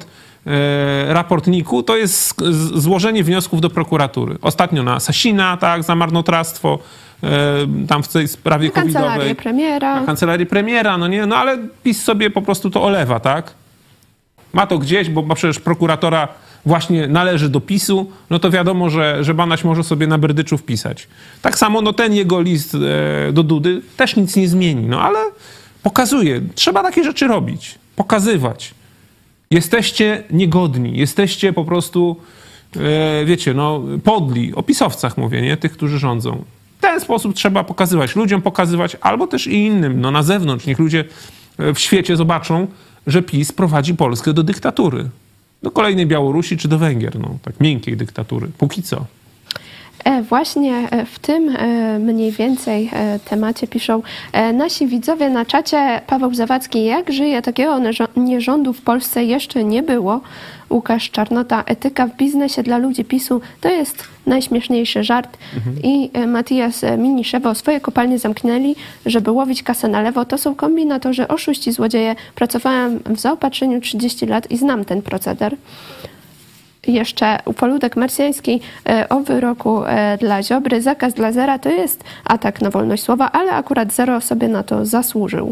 raport NIK-u to jest złożenie wniosków do prokuratury. Ostatnio na Sasina, tak, za marnotrawstwo, tam w tej sprawie covidowej. Na kancelarię premiera, ale PiS sobie po prostu to olewa, tak? Ma to gdzieś, bo przecież prokuratora właśnie należy do PiS-u, to wiadomo, że Banaś może sobie na Berdyczu wpisać. Tak samo ten jego list do Dudy też nic nie zmieni, ale pokazuje. Trzeba takie rzeczy robić, pokazywać. Jesteście niegodni, jesteście po prostu, wiecie, podli. O pisowcach mówię, nie? Tych, którzy rządzą. W ten sposób trzeba pokazywać, ludziom pokazywać, albo też i innym, na zewnątrz. Niech ludzie w świecie zobaczą, że PiS prowadzi Polskę do dyktatury. Do kolejnej Białorusi czy do Węgier, tak miękkiej dyktatury. Póki co. Właśnie w tym mniej więcej temacie piszą nasi widzowie na czacie. Paweł Zawadzki, jak żyje, takiego nierządu w Polsce jeszcze nie było. Łukasz Czarnota, etyka w biznesie dla ludzi PiS-u to jest najśmieszniejszy żart. I Matias Miniszewo, swoje kopalnie zamknęli, żeby łowić kasę na lewo. To są kombinatorzy, oszuści, złodzieje. Pracowałem w zaopatrzeniu 30 lat i znam ten proceder. Jeszcze Upoludek Marsjański o wyroku dla Ziobry. Zakaz dla Zera to jest atak na wolność słowa, ale akurat Zero sobie na to zasłużył.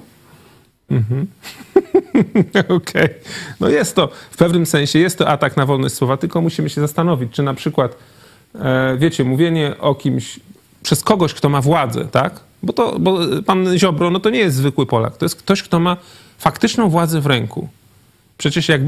Okej. Jest to, w pewnym sensie jest to atak na wolność słowa, tylko musimy się zastanowić, czy na przykład, wiecie, mówienie o kimś przez kogoś, kto ma władzę, tak? Bo pan Ziobro, to nie jest zwykły Polak. To jest ktoś, kto ma faktyczną władzę w ręku. Przecież jak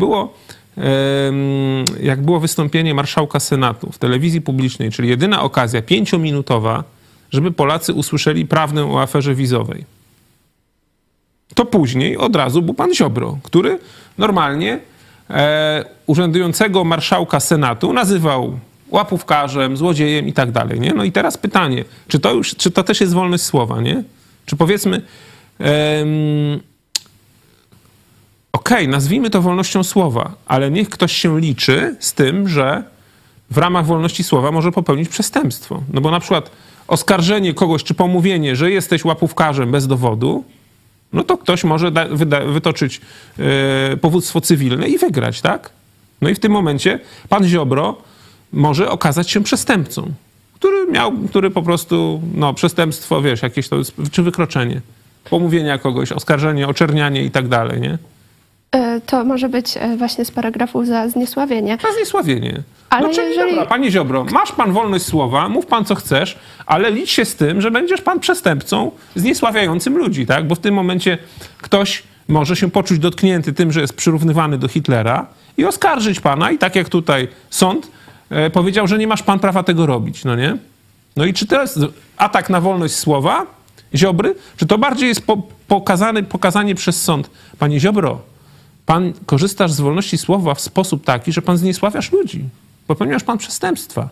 było wystąpienie marszałka Senatu w telewizji publicznej, czyli jedyna okazja 5-minutowa, żeby Polacy usłyszeli prawdę o aferze wizowej. To później od razu był pan Ziobro, który normalnie urzędującego marszałka Senatu nazywał łapówkarzem, złodziejem i tak dalej. Nie? I teraz pytanie, czy to też jest wolność słowa, nie? Czy powiedzmy, okej, nazwijmy to wolnością słowa, ale niech ktoś się liczy z tym, że w ramach wolności słowa może popełnić przestępstwo. No bo na przykład oskarżenie kogoś, czy pomówienie, że jesteś łapówkarzem bez dowodu, no to ktoś może wytoczyć powództwo cywilne i wygrać, tak? No i w tym momencie pan Ziobro może okazać się przestępcą, który po prostu, no przestępstwo, wiesz, jakieś to, czy wykroczenie, pomówienia kogoś, oskarżenie, oczernianie i tak dalej, nie? To może być właśnie z paragrafu za zniesławienie. Za zniesławienie. Ale no czyli jeżeli... dobra, panie Ziobro, masz pan wolność słowa, mów pan co chcesz, ale licz się z tym, że będziesz pan przestępcą zniesławiającym ludzi, tak? Bo w tym momencie ktoś może się poczuć dotknięty tym, że jest przyrównywany do Hitlera i oskarżyć pana i tak jak tutaj sąd powiedział, że nie masz pan prawa tego robić, no nie? No i czy to jest atak na wolność słowa Ziobry? Czy to bardziej jest pokazanie przez sąd? Panie Ziobro, pan korzystasz z wolności słowa w sposób taki, że pan zniesławiasz ludzi. Popełniasz pan przestępstwa.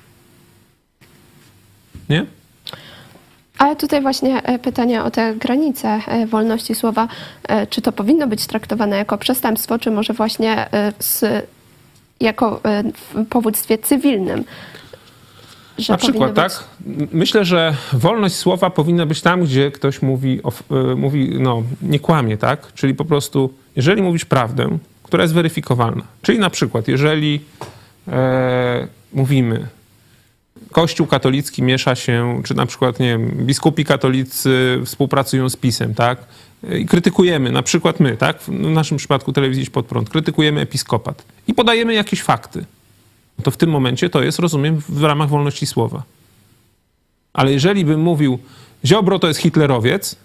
Nie? Ale tutaj właśnie pytanie o te granice wolności słowa. Czy to powinno być traktowane jako przestępstwo, czy może właśnie jako w powództwie cywilnym? Że na przykład, tak? Myślę, że wolność słowa powinna być tam, gdzie ktoś mówi, no, nie kłamie, tak? Czyli po prostu, jeżeli mówisz prawdę, która jest weryfikowalna. Czyli na przykład, jeżeli mówimy, Kościół katolicki miesza się, czy na przykład, nie wiem, biskupi katolicy współpracują z PiS-em, tak? I krytykujemy, na przykład my, tak? W naszym przypadku telewizji Idź Pod Prąd, krytykujemy episkopat i podajemy jakieś fakty. To w tym momencie to jest, rozumiem, w ramach wolności słowa. Ale jeżeli bym mówił, Ziobro to jest hitlerowiec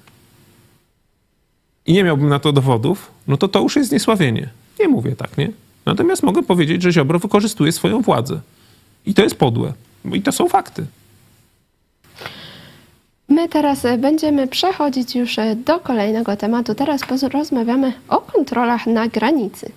i nie miałbym na to dowodów, no to już jest zniesławienie. Nie mówię tak, nie? Natomiast mogę powiedzieć, że Ziobro wykorzystuje swoją władzę. I to jest podłe. I to są fakty. My teraz będziemy przechodzić już do kolejnego tematu. Teraz rozmawiamy o kontrolach na granicy.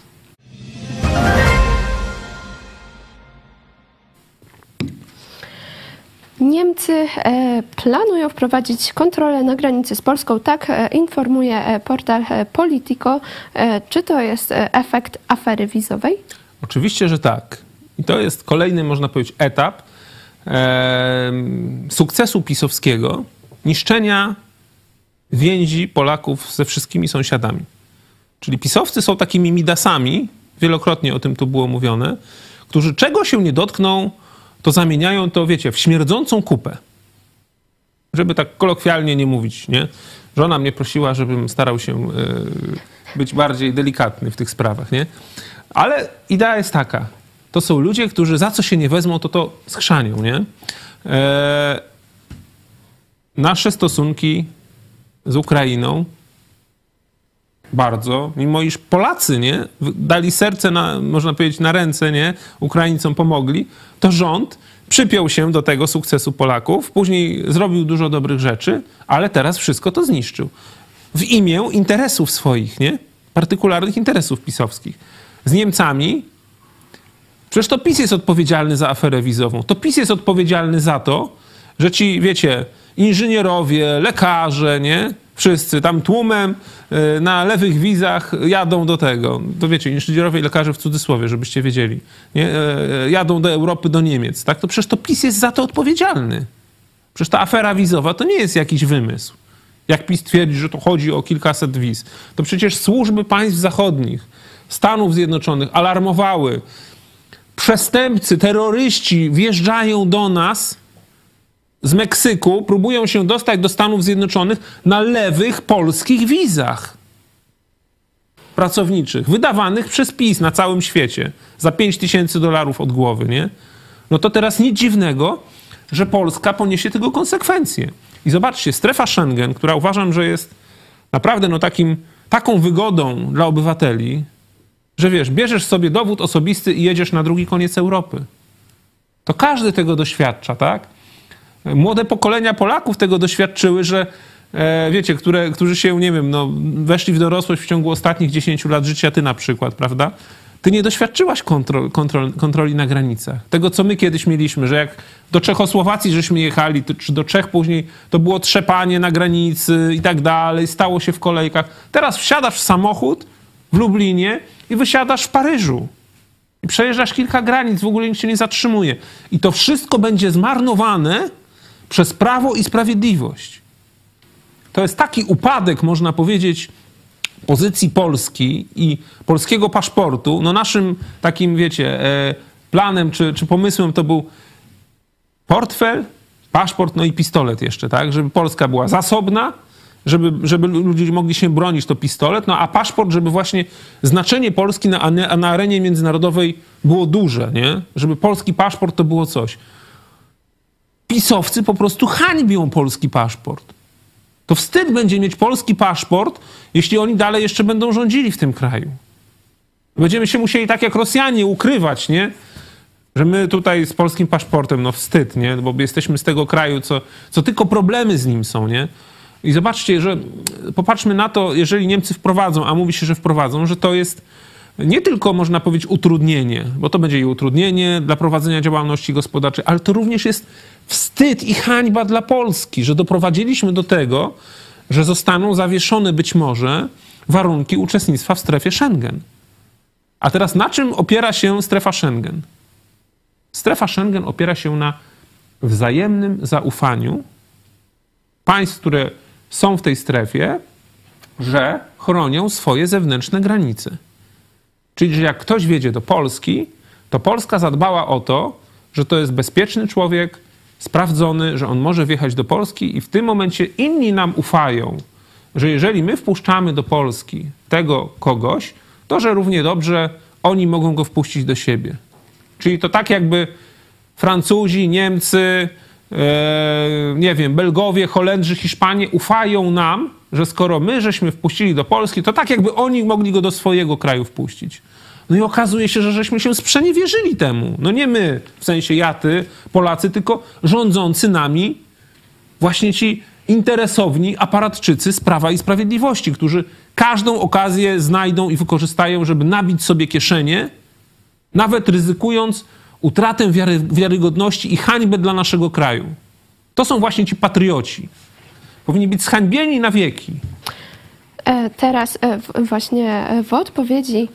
Niemcy planują wprowadzić kontrolę na granicy z Polską. Tak informuje portal Politico. Czy to jest efekt afery wizowej? Oczywiście, że tak. I to jest kolejny, można powiedzieć, etap sukcesu pisowskiego, niszczenia więzi Polaków ze wszystkimi sąsiadami. Czyli pisowcy są takimi Midasami, wielokrotnie o tym tu było mówione, którzy czego się nie dotkną, to zamieniają to, wiecie, w śmierdzącą kupę. Żeby tak kolokwialnie nie mówić, nie? Żona mnie prosiła, żebym starał się być bardziej delikatny w tych sprawach, nie? Ale idea jest taka. To są ludzie, którzy za co się nie wezmą, to schrzanią, nie? Nasze stosunki z Ukrainą bardzo, mimo iż Polacy, nie, dali serce, można powiedzieć, na ręce, nie, Ukraińcom pomogli, to rząd przypiął się do tego sukcesu Polaków, później zrobił dużo dobrych rzeczy, ale teraz wszystko to zniszczył. W imię interesów swoich, nie, partykularnych interesów pisowskich. Z Niemcami, przecież to PiS jest odpowiedzialny za aferę wizową. To PiS jest odpowiedzialny za to, że ci, wiecie, inżynierowie, lekarze, nie, wszyscy tam tłumem na lewych wizach jadą do tego. To wiecie, inżynierowie i lekarze w cudzysłowie, żebyście wiedzieli. Nie? Jadą do Europy, do Niemiec. Tak? To przecież to PiS jest za to odpowiedzialny. Przecież ta afera wizowa to nie jest jakiś wymysł. Jak PiS twierdzi, że to chodzi o kilkaset wiz. To przecież służby państw zachodnich, Stanów Zjednoczonych alarmowały. Przestępcy, terroryści wjeżdżają do nas z Meksyku, próbują się dostać do Stanów Zjednoczonych na lewych polskich wizach pracowniczych, wydawanych przez PiS na całym świecie za $5000 od głowy, nie? No to teraz nic dziwnego, że Polska poniesie tego konsekwencje. I zobaczcie, strefa Schengen, która uważam, że jest naprawdę no taką wygodą dla obywateli, że wiesz, bierzesz sobie dowód osobisty i jedziesz na drugi koniec Europy. To każdy tego doświadcza, tak? Młode pokolenia Polaków tego doświadczyły, że wiecie, którzy się, nie wiem, no, weszli w dorosłość w ciągu ostatnich 10 lat życia, ty na przykład, prawda? Ty nie doświadczyłaś kontroli na granicach. Tego, co my kiedyś mieliśmy, że jak do Czechosłowacji żeśmy jechali, czy do Czech później, to było trzepanie na granicy i tak dalej, stało się w kolejkach. Teraz wsiadasz w samochód, w Lublinie i wysiadasz w Paryżu. I przejeżdżasz kilka granic, w ogóle nikt cię nie zatrzymuje. I to wszystko będzie zmarnowane przez Prawo i Sprawiedliwość. To jest taki upadek, można powiedzieć, pozycji Polski i polskiego paszportu. No naszym takim, wiecie, planem czy pomysłem to był portfel, paszport, no i pistolet jeszcze, tak? Żeby Polska była zasobna, żeby ludzie mogli się bronić, to pistolet, no a paszport, żeby właśnie znaczenie Polski na arenie międzynarodowej było duże, nie? Żeby polski paszport to było coś. PiS-owcy po prostu hańbią polski paszport. To wstyd będzie mieć polski paszport, jeśli oni dalej jeszcze będą rządzili w tym kraju. Będziemy się musieli tak jak Rosjanie ukrywać, nie? Że my tutaj z polskim paszportem, no wstyd, nie? Bo jesteśmy z tego kraju, co tylko problemy z nim są, nie? I zobaczcie, że popatrzmy na to, jeżeli Niemcy wprowadzą, a mówi się, że wprowadzą, że to jest nie tylko, można powiedzieć, utrudnienie, bo to będzie i utrudnienie dla prowadzenia działalności gospodarczej, ale to również jest wstyd i hańba dla Polski, że doprowadziliśmy do tego, że zostaną zawieszone być może warunki uczestnictwa w strefie Schengen. A teraz na czym opiera się strefa Schengen? Strefa Schengen opiera się na wzajemnym zaufaniu państw, które są w tej strefie, że chronią swoje zewnętrzne granice. Czyli, że jak ktoś wjedzie do Polski, to Polska zadbała o to, że to jest bezpieczny człowiek, sprawdzony, że on może wjechać do Polski i w tym momencie inni nam ufają, że jeżeli my wpuszczamy do Polski tego kogoś, to że równie dobrze oni mogą go wpuścić do siebie. Czyli to tak jakby Francuzi, Niemcy, nie wiem, Belgowie, Holendrzy, Hiszpanie ufają nam, że skoro my żeśmy wpuścili do Polski, to tak jakby oni mogli go do swojego kraju wpuścić. No i okazuje się, że żeśmy się sprzeniewierzyli temu. No nie my, w sensie ja, ty, Polacy, tylko rządzący nami właśnie ci interesowni aparatczycy z Prawa i Sprawiedliwości, którzy każdą okazję znajdą i wykorzystają, żeby nabić sobie kieszenie, nawet ryzykując utratę wiarygodności i hańbę dla naszego kraju. To są właśnie ci patrioci. Powinni być zhańbieni na wieki. Teraz właśnie w odpowiedzi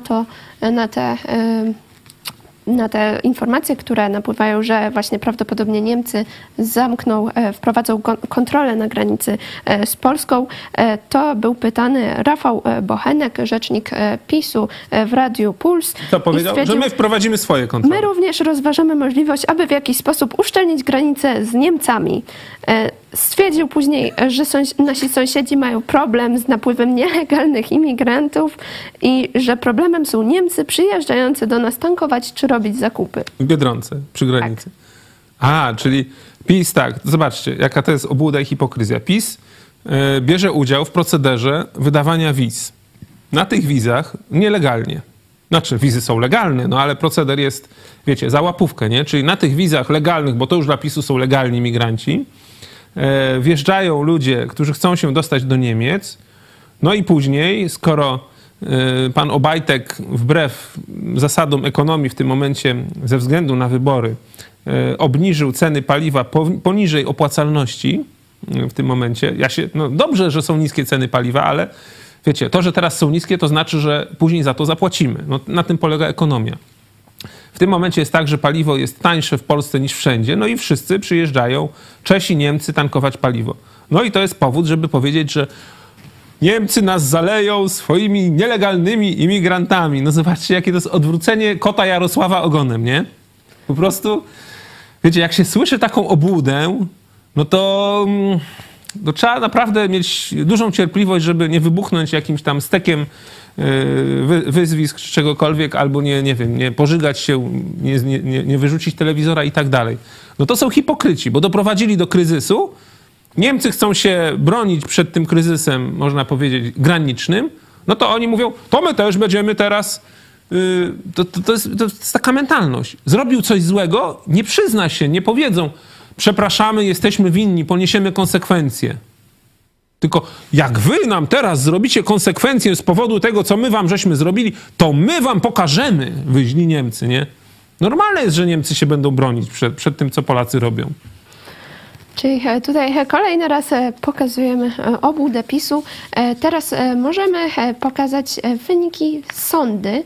na te informacje, które napływają, że właśnie prawdopodobnie Niemcy wprowadzą kontrolę na granicy z Polską, to był pytany Rafał Bochenek, rzecznik PiS-u w Radiu Puls. To powiedział, że my wprowadzimy swoje kontrole. My również rozważamy możliwość, aby w jakiś sposób uszczelnić granicę z Niemcami. Stwierdził później, że nasi sąsiedzi mają problem z napływem nielegalnych imigrantów i że problemem są Niemcy przyjeżdżający do nas tankować czy robić zakupy. W Biedronce, przy granicy. Tak. Czyli PiS, tak, zobaczcie, jaka to jest obłuda i hipokryzja. PiS bierze udział w procederze wydawania wiz. Na tych wizach nielegalnie. Znaczy, wizy są legalne, no ale proceder jest, wiecie, za łapówkę, nie? Czyli na tych wizach legalnych, bo to już dla PiS-u są legalni migranci, wjeżdżają ludzie, którzy chcą się dostać do Niemiec, no i później, skoro pan Obajtek wbrew zasadom ekonomii w tym momencie ze względu na wybory obniżył ceny paliwa poniżej opłacalności w tym momencie. No dobrze, że są niskie ceny paliwa, ale wiecie, to, że teraz są niskie, to znaczy, że później za to zapłacimy. No, na tym polega ekonomia. W tym momencie jest tak, że paliwo jest tańsze w Polsce niż wszędzie, no i wszyscy przyjeżdżają, Czesi, Niemcy, tankować paliwo. No i to jest powód, żeby powiedzieć, że Niemcy nas zaleją swoimi nielegalnymi imigrantami. No zobaczcie, jakie to jest odwrócenie kota Jarosława ogonem, nie? Po prostu, wiecie, jak się słyszy taką obłudę, no to trzeba naprawdę mieć dużą cierpliwość, żeby nie wybuchnąć jakimś tam stekiem wyzwisk czy czegokolwiek, albo nie wiem, nie pożygać się, nie wyrzucić telewizora i tak dalej. No to są hipokryci, bo doprowadzili do kryzysu. Niemcy chcą się bronić przed tym kryzysem, można powiedzieć, granicznym. No to oni mówią, to my też będziemy teraz... To jest taka mentalność. Zrobił coś złego, nie przyzna się, nie powiedzą, przepraszamy, jesteśmy winni, poniesiemy konsekwencje. Tylko jak wy nam teraz zrobicie konsekwencje z powodu tego, co my wam żeśmy zrobili, to my wam pokażemy, wyźli Niemcy, nie? Normalne jest, że Niemcy się będą bronić przed tym, co Polacy robią. Czyli tutaj kolejny raz pokazujemy obłudę PiS-u. Teraz możemy pokazać wyniki sądy.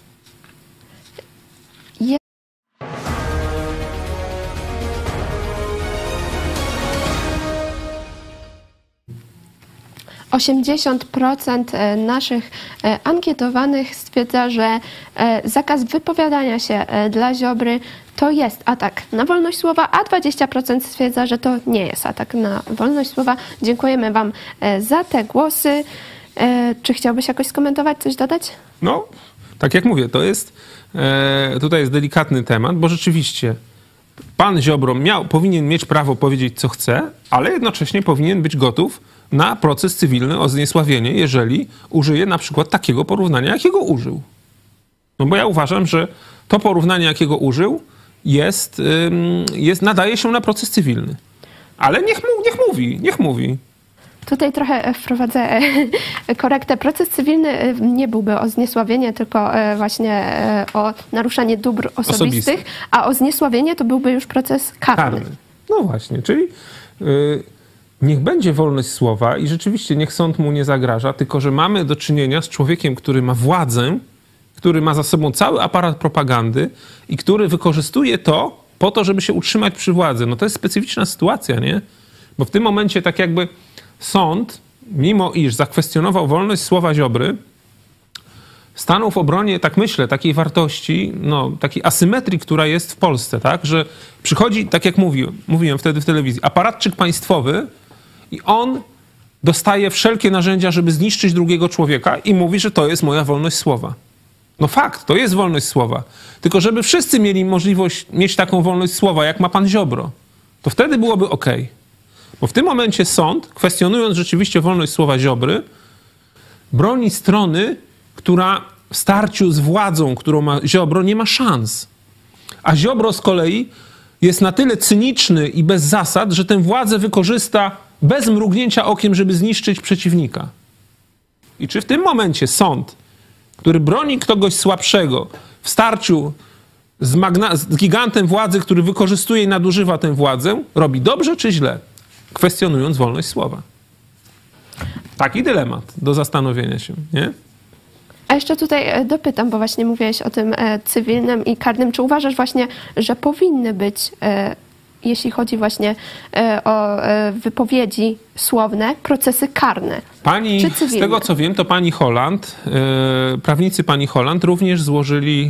80% naszych ankietowanych stwierdza, że zakaz wypowiadania się dla Ziobry to jest atak na wolność słowa, a 20% stwierdza, że to nie jest atak na wolność słowa. Dziękujemy Wam za te głosy. Czy chciałbyś jakoś skomentować, coś dodać? No, tak jak mówię, to jest, tutaj jest delikatny temat, bo rzeczywiście pan Ziobro powinien mieć prawo powiedzieć, co chce, ale jednocześnie powinien być gotów na proces cywilny o zniesławienie, jeżeli użyje na przykład takiego porównania, jakiego użył. No bo ja uważam, że to porównanie, jakiego użył, nadaje się na proces cywilny. Ale niech mówi. Tutaj trochę wprowadzę korektę. Proces cywilny nie byłby o zniesławienie, tylko właśnie o naruszanie dóbr osobistych, a o zniesławienie to byłby już proces karny. No właśnie, czyli niech będzie wolność słowa i rzeczywiście niech sąd mu nie zagraża, tylko że mamy do czynienia z człowiekiem, który ma władzę, który ma za sobą cały aparat propagandy i który wykorzystuje to po to, żeby się utrzymać przy władzy. No to jest specyficzna sytuacja, nie? Bo w tym momencie tak jakby sąd, mimo iż zakwestionował wolność słowa Ziobry, stanął w obronie, tak myślę, takiej wartości, no, takiej asymetrii, która jest w Polsce, tak? Że przychodzi, tak jak mówiłem wtedy w telewizji, aparatczyk państwowy i on dostaje wszelkie narzędzia, żeby zniszczyć drugiego człowieka i mówi, że to jest moja wolność słowa. No fakt, to jest wolność słowa. Tylko żeby wszyscy mieli możliwość mieć taką wolność słowa, jak ma pan Ziobro, to wtedy byłoby okej. Bo w tym momencie sąd, kwestionując rzeczywiście wolność słowa Ziobry, broni strony, która w starciu z władzą, którą ma Ziobro, nie ma szans. A Ziobro z kolei jest na tyle cyniczny i bez zasad, że tę władzę wykorzysta bez mrugnięcia okiem, żeby zniszczyć przeciwnika. I czy w tym momencie sąd, który broni kogoś słabszego w starciu z gigantem władzy, który wykorzystuje i nadużywa tę władzę, robi dobrze czy źle? Kwestionując wolność słowa. Taki dylemat do zastanowienia się, nie? A jeszcze tutaj dopytam, bo właśnie mówiłeś o tym cywilnym i karnym. Czy uważasz właśnie, że powinny być, jeśli chodzi właśnie o wypowiedzi słowne, procesy karne? Czy cywilne? Z tego co wiem, to pani Holland, prawnicy pani Holland również złożyli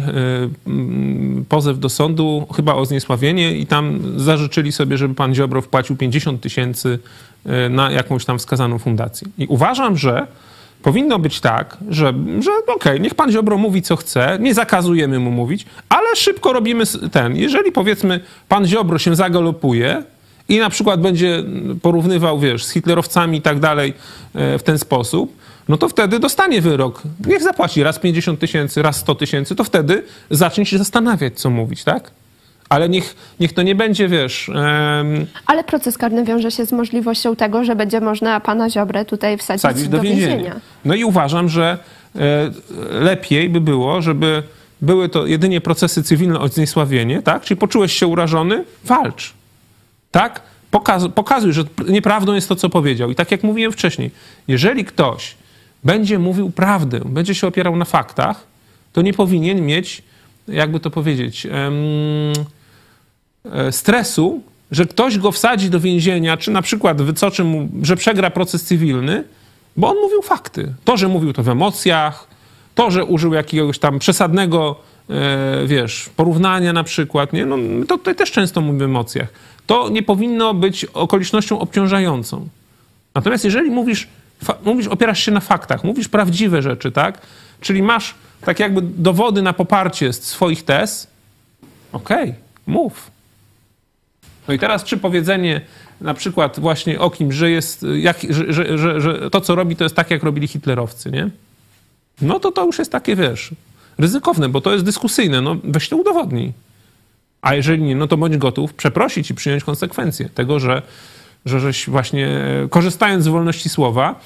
pozew do sądu chyba o zniesławienie i tam zażyczyli sobie, żeby pan Ziobro wpłacił 50 000 na jakąś tam wskazaną fundację. I uważam, że powinno być tak, że okej, niech pan Ziobro mówi, co chce, nie zakazujemy mu mówić, ale szybko robimy jeżeli powiedzmy pan Ziobro się zagalopuje i na przykład będzie porównywał, z hitlerowcami i tak dalej w ten sposób, no to wtedy dostanie wyrok. Niech zapłaci raz 50 000, raz 100 000, to wtedy zacznie się zastanawiać, co mówić, tak? Ale niech to nie będzie, Ale proces karny wiąże się z możliwością tego, że będzie można pana Ziobrę tutaj wsadzić do więzienia. No i uważam, że lepiej by było, żeby były to jedynie procesy cywilne o zniesławienie, tak? Czyli poczułeś się urażony? Walcz. Tak? Pokazuj, że nieprawdą jest to, co powiedział. I tak jak mówiłem wcześniej, jeżeli ktoś będzie mówił prawdę, będzie się opierał na faktach, to nie powinien mieć, jakby to powiedzieć, stresu, że ktoś go wsadzi do więzienia, czy na przykład wycoczy mu, że przegra proces cywilny, bo on mówił fakty. To, że mówił to w emocjach, to, że użył jakiegoś tam przesadnego, porównania na przykład, nie? No, to tutaj też często mówię w emocjach. To nie powinno być okolicznością obciążającą. Natomiast jeżeli mówisz, opierasz się na faktach, mówisz prawdziwe rzeczy, tak? Czyli masz tak jakby dowody na poparcie swoich tez, okej, mów. No i teraz czy powiedzenie na przykład właśnie o kimś, że że to, co robi, to jest tak, jak robili hitlerowcy, nie? No to już jest takie, ryzykowne, bo to jest dyskusyjne. No weź to udowodnij. A jeżeli nie, no to bądź gotów przeprosić i przyjąć konsekwencje tego, żeś właśnie korzystając z wolności słowa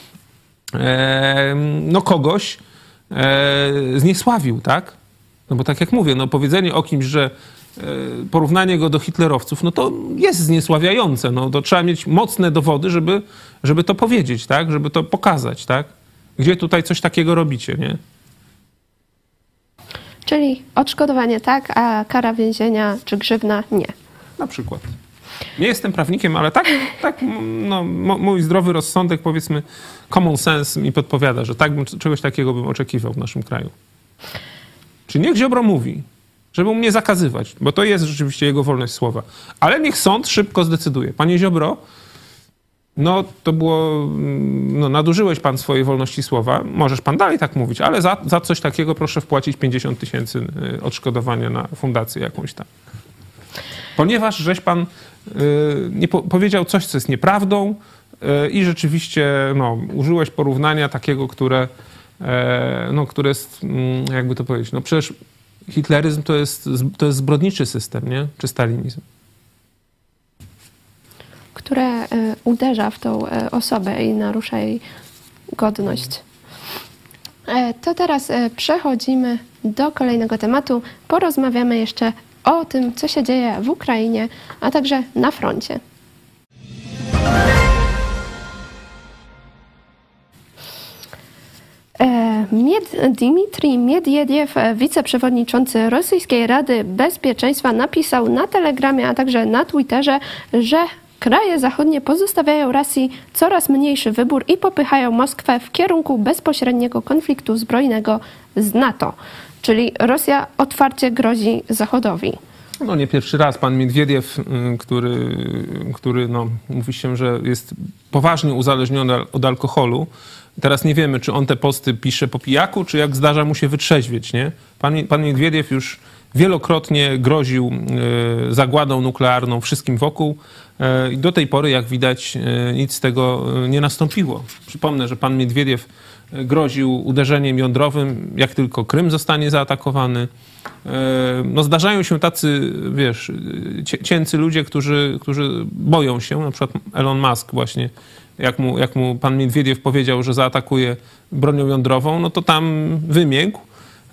kogoś zniesławił, tak? No bo tak jak mówię, powiedzenie o kimś, że porównanie go do hitlerowców, no to jest zniesławiające. No, to trzeba mieć mocne dowody, żeby to powiedzieć, tak? Żeby to pokazać, tak? Gdzie tutaj coś takiego robicie, nie? Czyli odszkodowanie tak, a kara więzienia czy grzywna nie. Na przykład. Nie jestem prawnikiem, ale tak no, mój zdrowy rozsądek, powiedzmy, common sense mi podpowiada, że czegoś takiego bym oczekiwał w naszym kraju. Czy niech Ziobro mówi, żeby mnie zakazywać, bo to jest rzeczywiście jego wolność słowa. Ale niech sąd szybko zdecyduje. Panie Ziobro, no to było, no nadużyłeś pan swojej wolności słowa, możesz pan dalej tak mówić, ale za coś takiego proszę wpłacić 50 000 odszkodowania na fundację jakąś tam. Ponieważ żeś pan nie powiedział coś, co jest nieprawdą i rzeczywiście no, użyłeś porównania takiego, które jest, jakby to powiedzieć, no przecież hitleryzm to jest zbrodniczy system, nie? Czy stalinizm? Które uderza w tą osobę i narusza jej godność. To teraz przechodzimy do kolejnego tematu. Porozmawiamy jeszcze o tym, co się dzieje w Ukrainie, a także na froncie. Dmitrij Miedwiediew, wiceprzewodniczący Rosyjskiej Rady Bezpieczeństwa, napisał na Telegramie, a także na Twitterze, że kraje zachodnie pozostawiają Rosji coraz mniejszy wybór i popychają Moskwę w kierunku bezpośredniego konfliktu zbrojnego z NATO. Czyli Rosja otwarcie grozi Zachodowi. No nie pierwszy raz pan Miedwiediew, który no, mówi się, że jest poważnie uzależniony od alkoholu. Teraz nie wiemy, czy on te posty pisze po pijaku, czy jak zdarza mu się wytrzeźwieć, nie? Pan Miedwiediew już wielokrotnie groził zagładą nuklearną wszystkim wokół i do tej pory, jak widać, nic z tego nie nastąpiło. Przypomnę, że pan Miedwiediew groził uderzeniem jądrowym, jak tylko Krym zostanie zaatakowany. No zdarzają się tacy, wiesz, cięcy ludzie, którzy boją się, na przykład Elon Musk właśnie, jak mu pan Miedwiediew powiedział, że zaatakuje bronią jądrową, no to tam wymiękł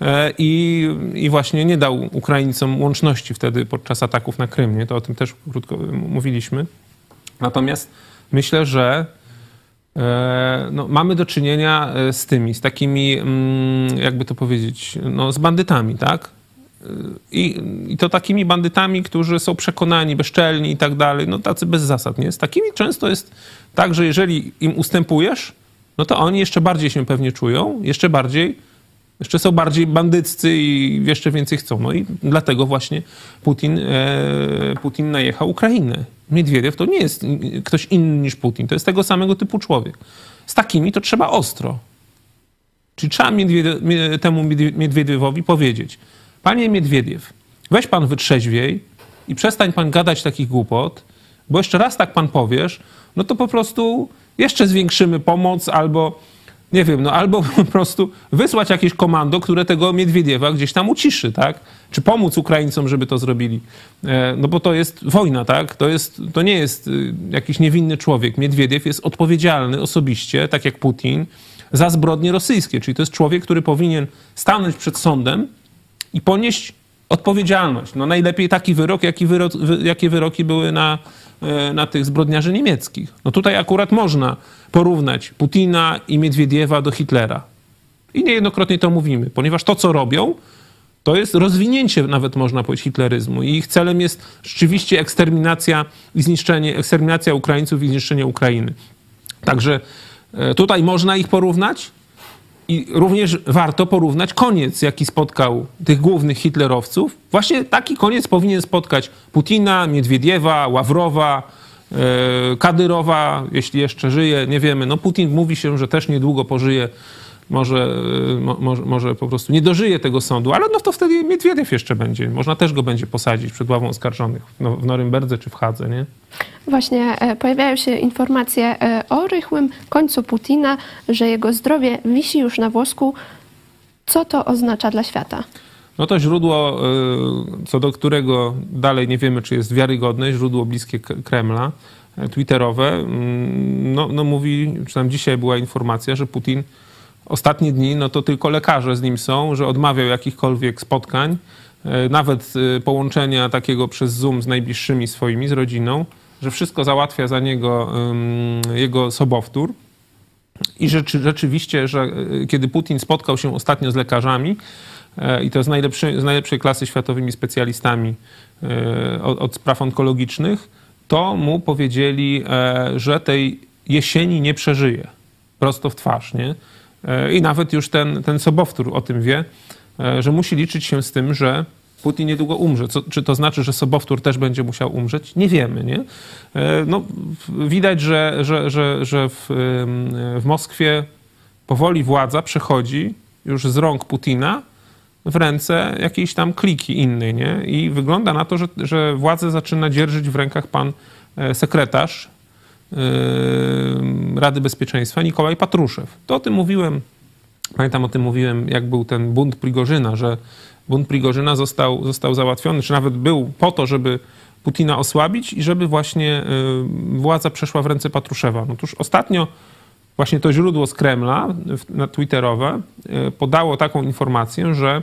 i właśnie nie dał Ukraińcom łączności wtedy podczas ataków na Krym, nie? To o tym też krótko mówiliśmy. Natomiast myślę, że no, mamy do czynienia z takimi, jakby to powiedzieć, no, z bandytami, tak? I to takimi bandytami, którzy są przekonani, bezczelni i tak dalej, no tacy bez zasad, nie? Z takimi często jest tak, że jeżeli im ustępujesz, no to oni jeszcze bardziej się pewnie czują, jeszcze są bardziej bandyccy i jeszcze więcej chcą. No i dlatego właśnie Putin najechał Ukrainę. Miedwiediew to nie jest ktoś inny niż Putin, to jest tego samego typu człowiek. Z takimi to trzeba ostro. Czyli trzeba temu Miedwiediewowi powiedzieć: panie Miedwiediew, weź pan wytrzeźwiej i przestań pan gadać takich głupot, bo jeszcze raz tak pan powiesz, no to po prostu jeszcze zwiększymy pomoc albo, nie wiem, no albo po prostu wysłać jakieś komando, które tego Miedwiediewa gdzieś tam uciszy, tak? Czy pomóc Ukraińcom, żeby to zrobili. No bo to jest wojna, tak? To nie jest jakiś niewinny człowiek. Miedwiediew jest odpowiedzialny osobiście, tak jak Putin, za zbrodnie rosyjskie. Czyli to jest człowiek, który powinien stanąć przed sądem i ponieść odpowiedzialność. No najlepiej taki wyrok, jakie wyroki były na tych zbrodniarzy niemieckich. No tutaj akurat można porównać Putina i Miedwiediewa do Hitlera. I niejednokrotnie to mówimy, ponieważ to, co robią, to jest rozwinięcie, nawet można powiedzieć, hitleryzmu. I ich celem jest rzeczywiście eksterminacja Ukraińców i zniszczenie Ukrainy. Także tutaj można ich porównać i również warto porównać koniec, jaki spotkał tych głównych hitlerowców. Właśnie taki koniec powinien spotkać Putina, Miedwiediewa, Ławrowa, Kadyrowa, jeśli jeszcze żyje, nie wiemy. No Putin mówi się, że też niedługo pożyje, może po prostu nie dożyje tego sądu, ale no to wtedy Miedwiediew jeszcze będzie. Można też go będzie posadzić przed ławą oskarżonych w Norymberdze czy w Hadze, nie? Właśnie pojawiają się informacje o rychłym końcu Putina, że jego zdrowie wisi już na włosku. Co to oznacza dla świata? No to źródło, co do którego dalej nie wiemy, czy jest wiarygodne, źródło bliskie Kremla, twitterowe, no mówi, czy tam dzisiaj była informacja, że Putin ostatnie dni, no to tylko lekarze z nim są, że odmawiał jakichkolwiek spotkań nawet połączenia takiego przez Zoom z najbliższymi swoimi, z rodziną, że wszystko załatwia za niego jego sobowtór. I rzeczywiście, że kiedy Putin spotkał się ostatnio z lekarzami, i to z najlepszej klasy światowymi specjalistami od spraw onkologicznych, to mu powiedzieli, że tej jesieni nie przeżyje. Prosto w twarz, nie? I nawet już ten sobowtór o tym wie, że musi liczyć się z tym, że Putin niedługo umrze. Czy to znaczy, że sobowtór też będzie musiał umrzeć? Nie wiemy, nie? No, widać, że w Moskwie powoli władza przechodzi już z rąk Putina w ręce jakiejś tam kliki innej, nie? I wygląda na to, że władzę zaczyna dzierżyć w rękach pan sekretarz Rady Bezpieczeństwa Nikolaj Patruszew. To o tym mówiłem, pamiętam o tym mówiłem, jak był ten bunt Prigorzyna, że bunt Prigorzyna został załatwiony, czy nawet był po to, żeby Putina osłabić i żeby właśnie władza przeszła w ręce Patruszewa. No otóż ostatnio właśnie to źródło z Kremla, twitterowe, podało taką informację, że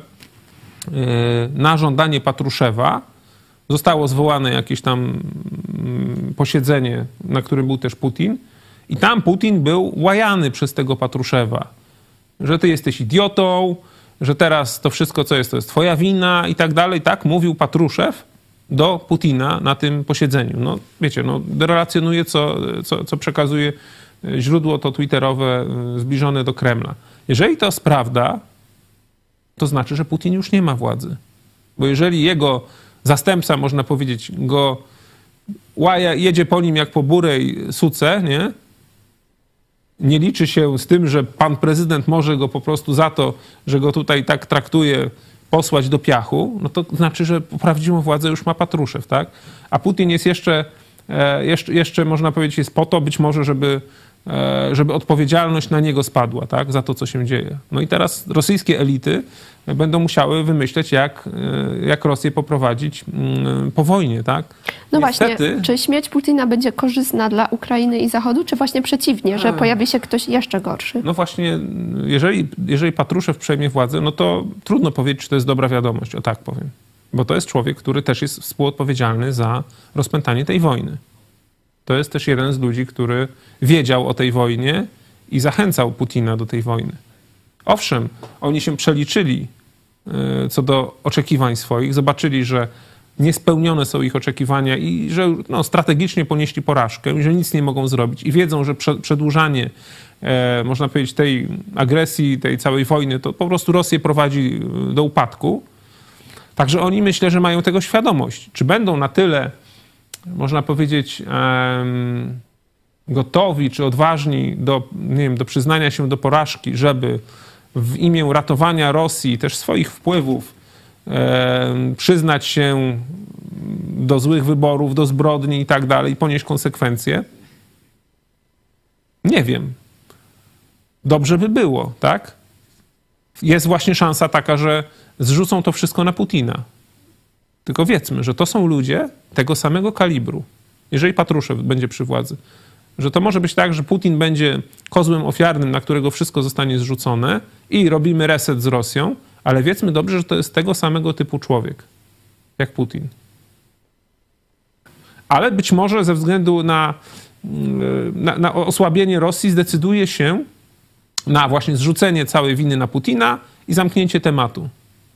na żądanie Patruszewa zostało zwołane jakieś tam posiedzenie, na którym był też Putin i tam Putin był łajany przez tego Patruszewa, że ty jesteś idiotą, że teraz to wszystko, co jest, to jest twoja wina i tak dalej. Tak mówił Patruszew do Putina na tym posiedzeniu. No wiecie, no relacjonuje, co przekazuje źródło to twitterowe zbliżone do Kremla. Jeżeli to jest prawda, to znaczy, że Putin już nie ma władzy. Bo jeżeli jego zastępca, można powiedzieć, go jedzie po nim jak po burej suce, nie liczy się z tym, że pan prezydent może go po prostu za to, że go tutaj tak traktuje, posłać do piachu, no to znaczy, że prawdziwą władzę już ma Patruszew, tak? A Putin jest jeszcze można powiedzieć, jest po to być może, żeby odpowiedzialność na niego spadła, tak? Za to, co się dzieje. No i teraz rosyjskie elity będą musiały wymyśleć, jak Rosję poprowadzić po wojnie, tak? No niestety... właśnie, czy śmierć Putina będzie korzystna dla Ukrainy i Zachodu, czy właśnie przeciwnie, że pojawi się ktoś jeszcze gorszy? No właśnie, jeżeli Patruszew przejmie władzę, no to trudno powiedzieć, czy to jest dobra wiadomość, o tak powiem. Bo to jest człowiek, który też jest współodpowiedzialny za rozpętanie tej wojny. To jest też jeden z ludzi, który wiedział o tej wojnie i zachęcał Putina do tej wojny. Owszem, oni się przeliczyli co do oczekiwań swoich, zobaczyli, że niespełnione są ich oczekiwania i że strategicznie ponieśli porażkę, że nic nie mogą zrobić i wiedzą, że przedłużanie, można powiedzieć, tej agresji, tej całej wojny, to po prostu Rosję prowadzi do upadku. Także oni, myślę, że mają tego świadomość. Czy będą na tyle, można powiedzieć, gotowi czy odważni do przyznania się do porażki, żeby w imię ratowania Rosji, też swoich wpływów, przyznać się do złych wyborów, do zbrodni i tak dalej, ponieść konsekwencje? Nie wiem. Dobrze by było, tak? Jest właśnie szansa taka, że zrzucą to wszystko na Putina. Tylko wiedzmy, że to są ludzie tego samego kalibru, jeżeli Patruszew będzie przy władzy, że to może być tak, że Putin będzie kozłem ofiarnym, na którego wszystko zostanie zrzucone i robimy reset z Rosją, ale wiedzmy dobrze, że to jest tego samego typu człowiek, jak Putin. Ale być może ze względu na osłabienie Rosji zdecyduje się na właśnie zrzucenie całej winy na Putina i zamknięcie tematu.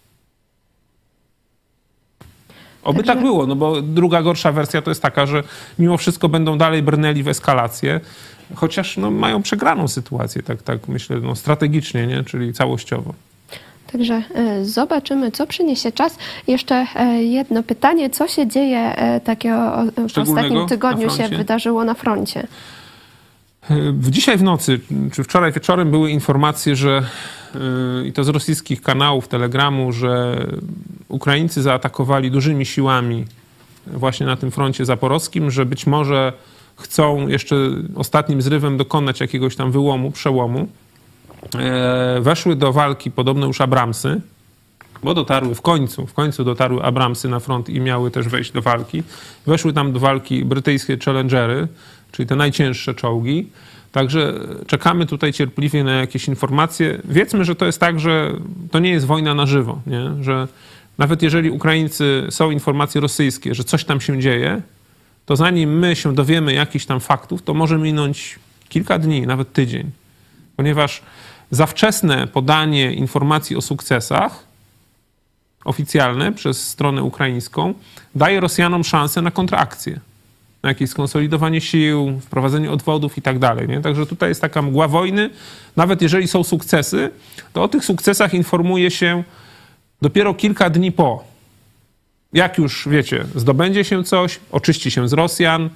Oby tak było, no bo druga gorsza wersja to jest taka, że mimo wszystko będą dalej brnęli w eskalację, chociaż mają przegraną sytuację, tak myślę, strategicznie, nie? Czyli całościowo. Także zobaczymy, co przyniesie czas. Jeszcze jedno pytanie. Co się dzieje takiego w ostatnim tygodniu się wydarzyło na froncie? Dzisiaj w nocy, czy wczoraj wieczorem były informacje, że i to z rosyjskich kanałów Telegramu, że Ukraińcy zaatakowali dużymi siłami właśnie na tym froncie zaporowskim, że być może chcą jeszcze ostatnim zrywem dokonać jakiegoś tam wyłomu, przełomu. Weszły do walki podobno już Abramsy, bo dotarły w końcu dotarły Abramsy na front i miały też wejść do walki. Weszły tam do walki brytyjskie Challengery, czyli te najcięższe czołgi. Także czekamy tutaj cierpliwie na jakieś informacje. Wiedzmy, że to jest tak, że to nie jest wojna na żywo, nie? Że nawet jeżeli Ukraińcy są informacje rosyjskie, że coś tam się dzieje, to zanim my się dowiemy jakichś tam faktów, to może minąć kilka dni, nawet tydzień. Ponieważ za wczesne podanie informacji o sukcesach oficjalne przez stronę ukraińską daje Rosjanom szansę na kontrakcję, na jakieś skonsolidowanie sił, wprowadzenie odwodów i tak dalej. Nie? Także tutaj jest taka mgła wojny. Nawet jeżeli są sukcesy, to o tych sukcesach informuje się dopiero kilka dni po. Jak już, wiecie, zdobędzie się coś, oczyści się z Rosjan,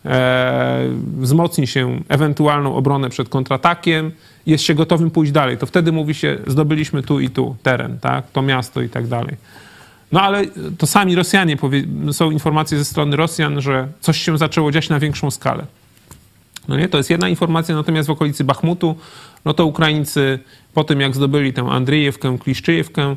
wzmocni się ewentualną obronę przed kontratakiem, jest się gotowym pójść dalej, to wtedy mówi się, zdobyliśmy tu i tu teren, tak? To miasto i tak dalej. No ale to sami Rosjanie, są informacje ze strony Rosjan, że coś się zaczęło dziać na większą skalę. No nie, to jest jedna informacja, natomiast w okolicy Bachmutu, no to Ukraińcy po tym, jak zdobyli tę Andrijewkę, Kliszczyjewkę,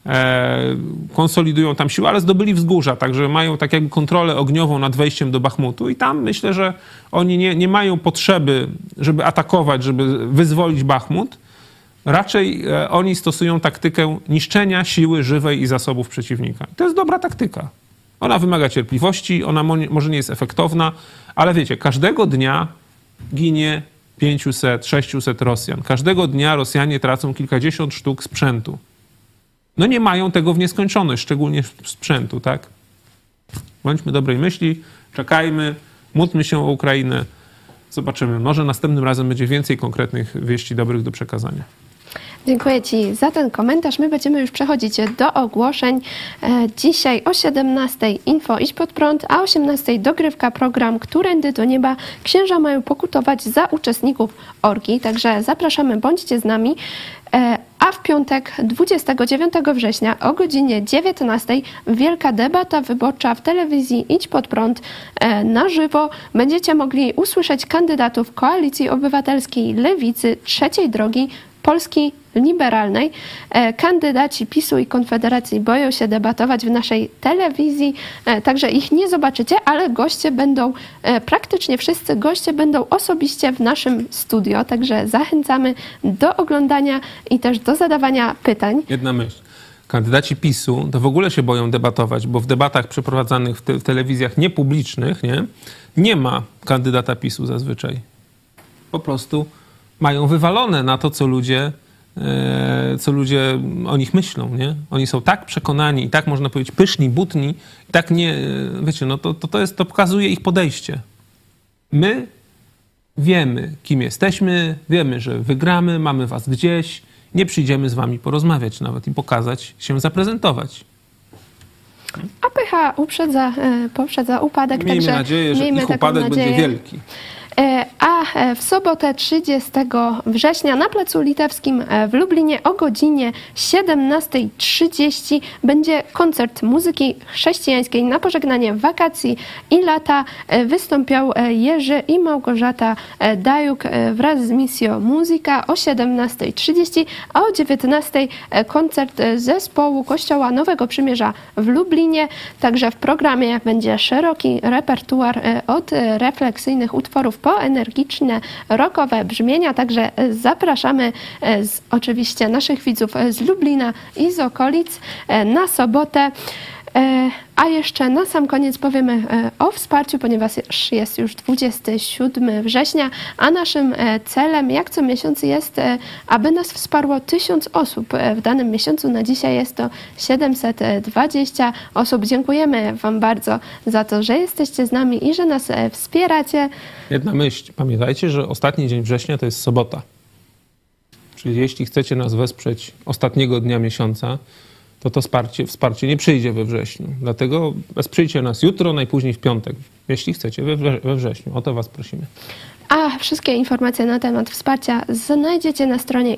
konsolidują tam siły, ale zdobyli wzgórza, także mają tak jakby kontrolę ogniową nad wejściem do Bachmutu i tam myślę, że oni nie mają potrzeby, żeby atakować, żeby wyzwolić Bachmut. Raczej oni stosują taktykę niszczenia siły żywej i zasobów przeciwnika. To jest dobra taktyka. Ona wymaga cierpliwości, ona może nie jest efektowna, ale wiecie, każdego dnia ginie 500, 600 Rosjan. Każdego dnia Rosjanie tracą kilkadziesiąt sztuk sprzętu. No nie mają tego w nieskończoność, szczególnie sprzętu, tak? Bądźmy dobrej myśli, czekajmy, módlmy się o Ukrainę. Zobaczymy, może następnym razem będzie więcej konkretnych wieści dobrych do przekazania. Dziękuję Ci za ten komentarz. My będziemy już przechodzić do ogłoszeń. Dzisiaj o 17:00 info Idź Pod Prąd, a o 18:00 dogrywka program Którędy do Nieba. Księża mają pokutować za uczestników orgii, także zapraszamy, bądźcie z nami. A w piątek 29 września o godzinie 19:00 wielka debata wyborcza w telewizji Idź Pod Prąd na żywo. Będziecie mogli usłyszeć kandydatów Koalicji Obywatelskiej, Lewicy, Trzeciej Drogi, Polski Liberalnej. Kandydaci PiS-u i Konfederacji boją się debatować w naszej telewizji, także ich nie zobaczycie, ale goście będą, praktycznie wszyscy goście będą osobiście w naszym studio, także zachęcamy do oglądania i też do zadawania pytań. Jedna myśl. Kandydaci PiS-u to w ogóle się boją debatować, bo w debatach przeprowadzanych w telewizjach niepublicznych nie ma kandydata PiS-u zazwyczaj. Po prostu mają wywalone na to, co ludzie o nich myślą, nie? Oni są tak przekonani i tak, można powiedzieć, pyszni, butni i tak nie, wiecie, no to pokazuje ich podejście. My wiemy, kim jesteśmy, wiemy, że wygramy, mamy was gdzieś, nie przyjdziemy z wami porozmawiać nawet i pokazać się, zaprezentować. A pycha poprzedza upadek, Miejmy także nadzieję, że ich upadek będzie wielki. A w sobotę 30 września na Placu Litewskim w Lublinie o godzinie 17:30 będzie koncert muzyki chrześcijańskiej na pożegnanie wakacji i lata. Wystąpią Jerzy i Małgorzata Dajuk wraz z Missio Musica o 17:30, a o 19:00 koncert zespołu Kościoła Nowego Przymierza w Lublinie. Także w programie będzie szeroki repertuar od refleksyjnych utworów po energiczne, rockowe brzmienia, także zapraszamy oczywiście naszych widzów z Lublina i z okolic na sobotę. A jeszcze na sam koniec powiemy o wsparciu, ponieważ jest już 27 września, a naszym celem jak co miesiąc jest, aby nas wsparło 1000 osób. W danym miesiącu na dzisiaj jest to 720 osób. Dziękujemy Wam bardzo za to, że jesteście z nami i że nas wspieracie. Jedna myśl. Pamiętajcie, że ostatni dzień września to jest sobota. Czyli jeśli chcecie nas wesprzeć ostatniego dnia miesiąca, to wsparcie nie przyjdzie we wrześniu. Dlatego wesprzyjcie nas jutro, najpóźniej w piątek, jeśli chcecie we wrześniu. O to was prosimy. A wszystkie informacje na temat wsparcia znajdziecie na stronie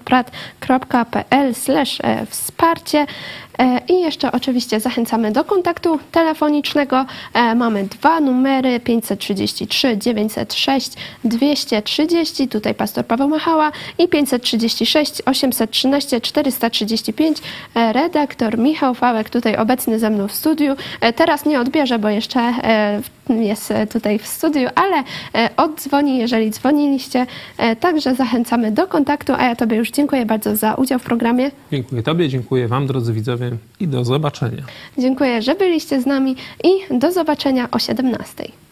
idźpodprat.pl/wsparcie. I jeszcze oczywiście zachęcamy do kontaktu telefonicznego. Mamy 2 numery 533 906 230, tutaj pastor Paweł Machała, i 536 813 435. Redaktor Michał Fałek tutaj obecny ze mną w studiu. Teraz nie odbierze, bo jeszcze jest tutaj w studiu, ale oddzwoni, jeżeli dzwoniliście. Także zachęcamy do kontaktu, a ja Tobie już dziękuję bardzo za udział w programie. Dziękuję Tobie, dziękuję Wam, drodzy widzowie, i do zobaczenia. Dziękuję, że byliście z nami i do zobaczenia o 17:00.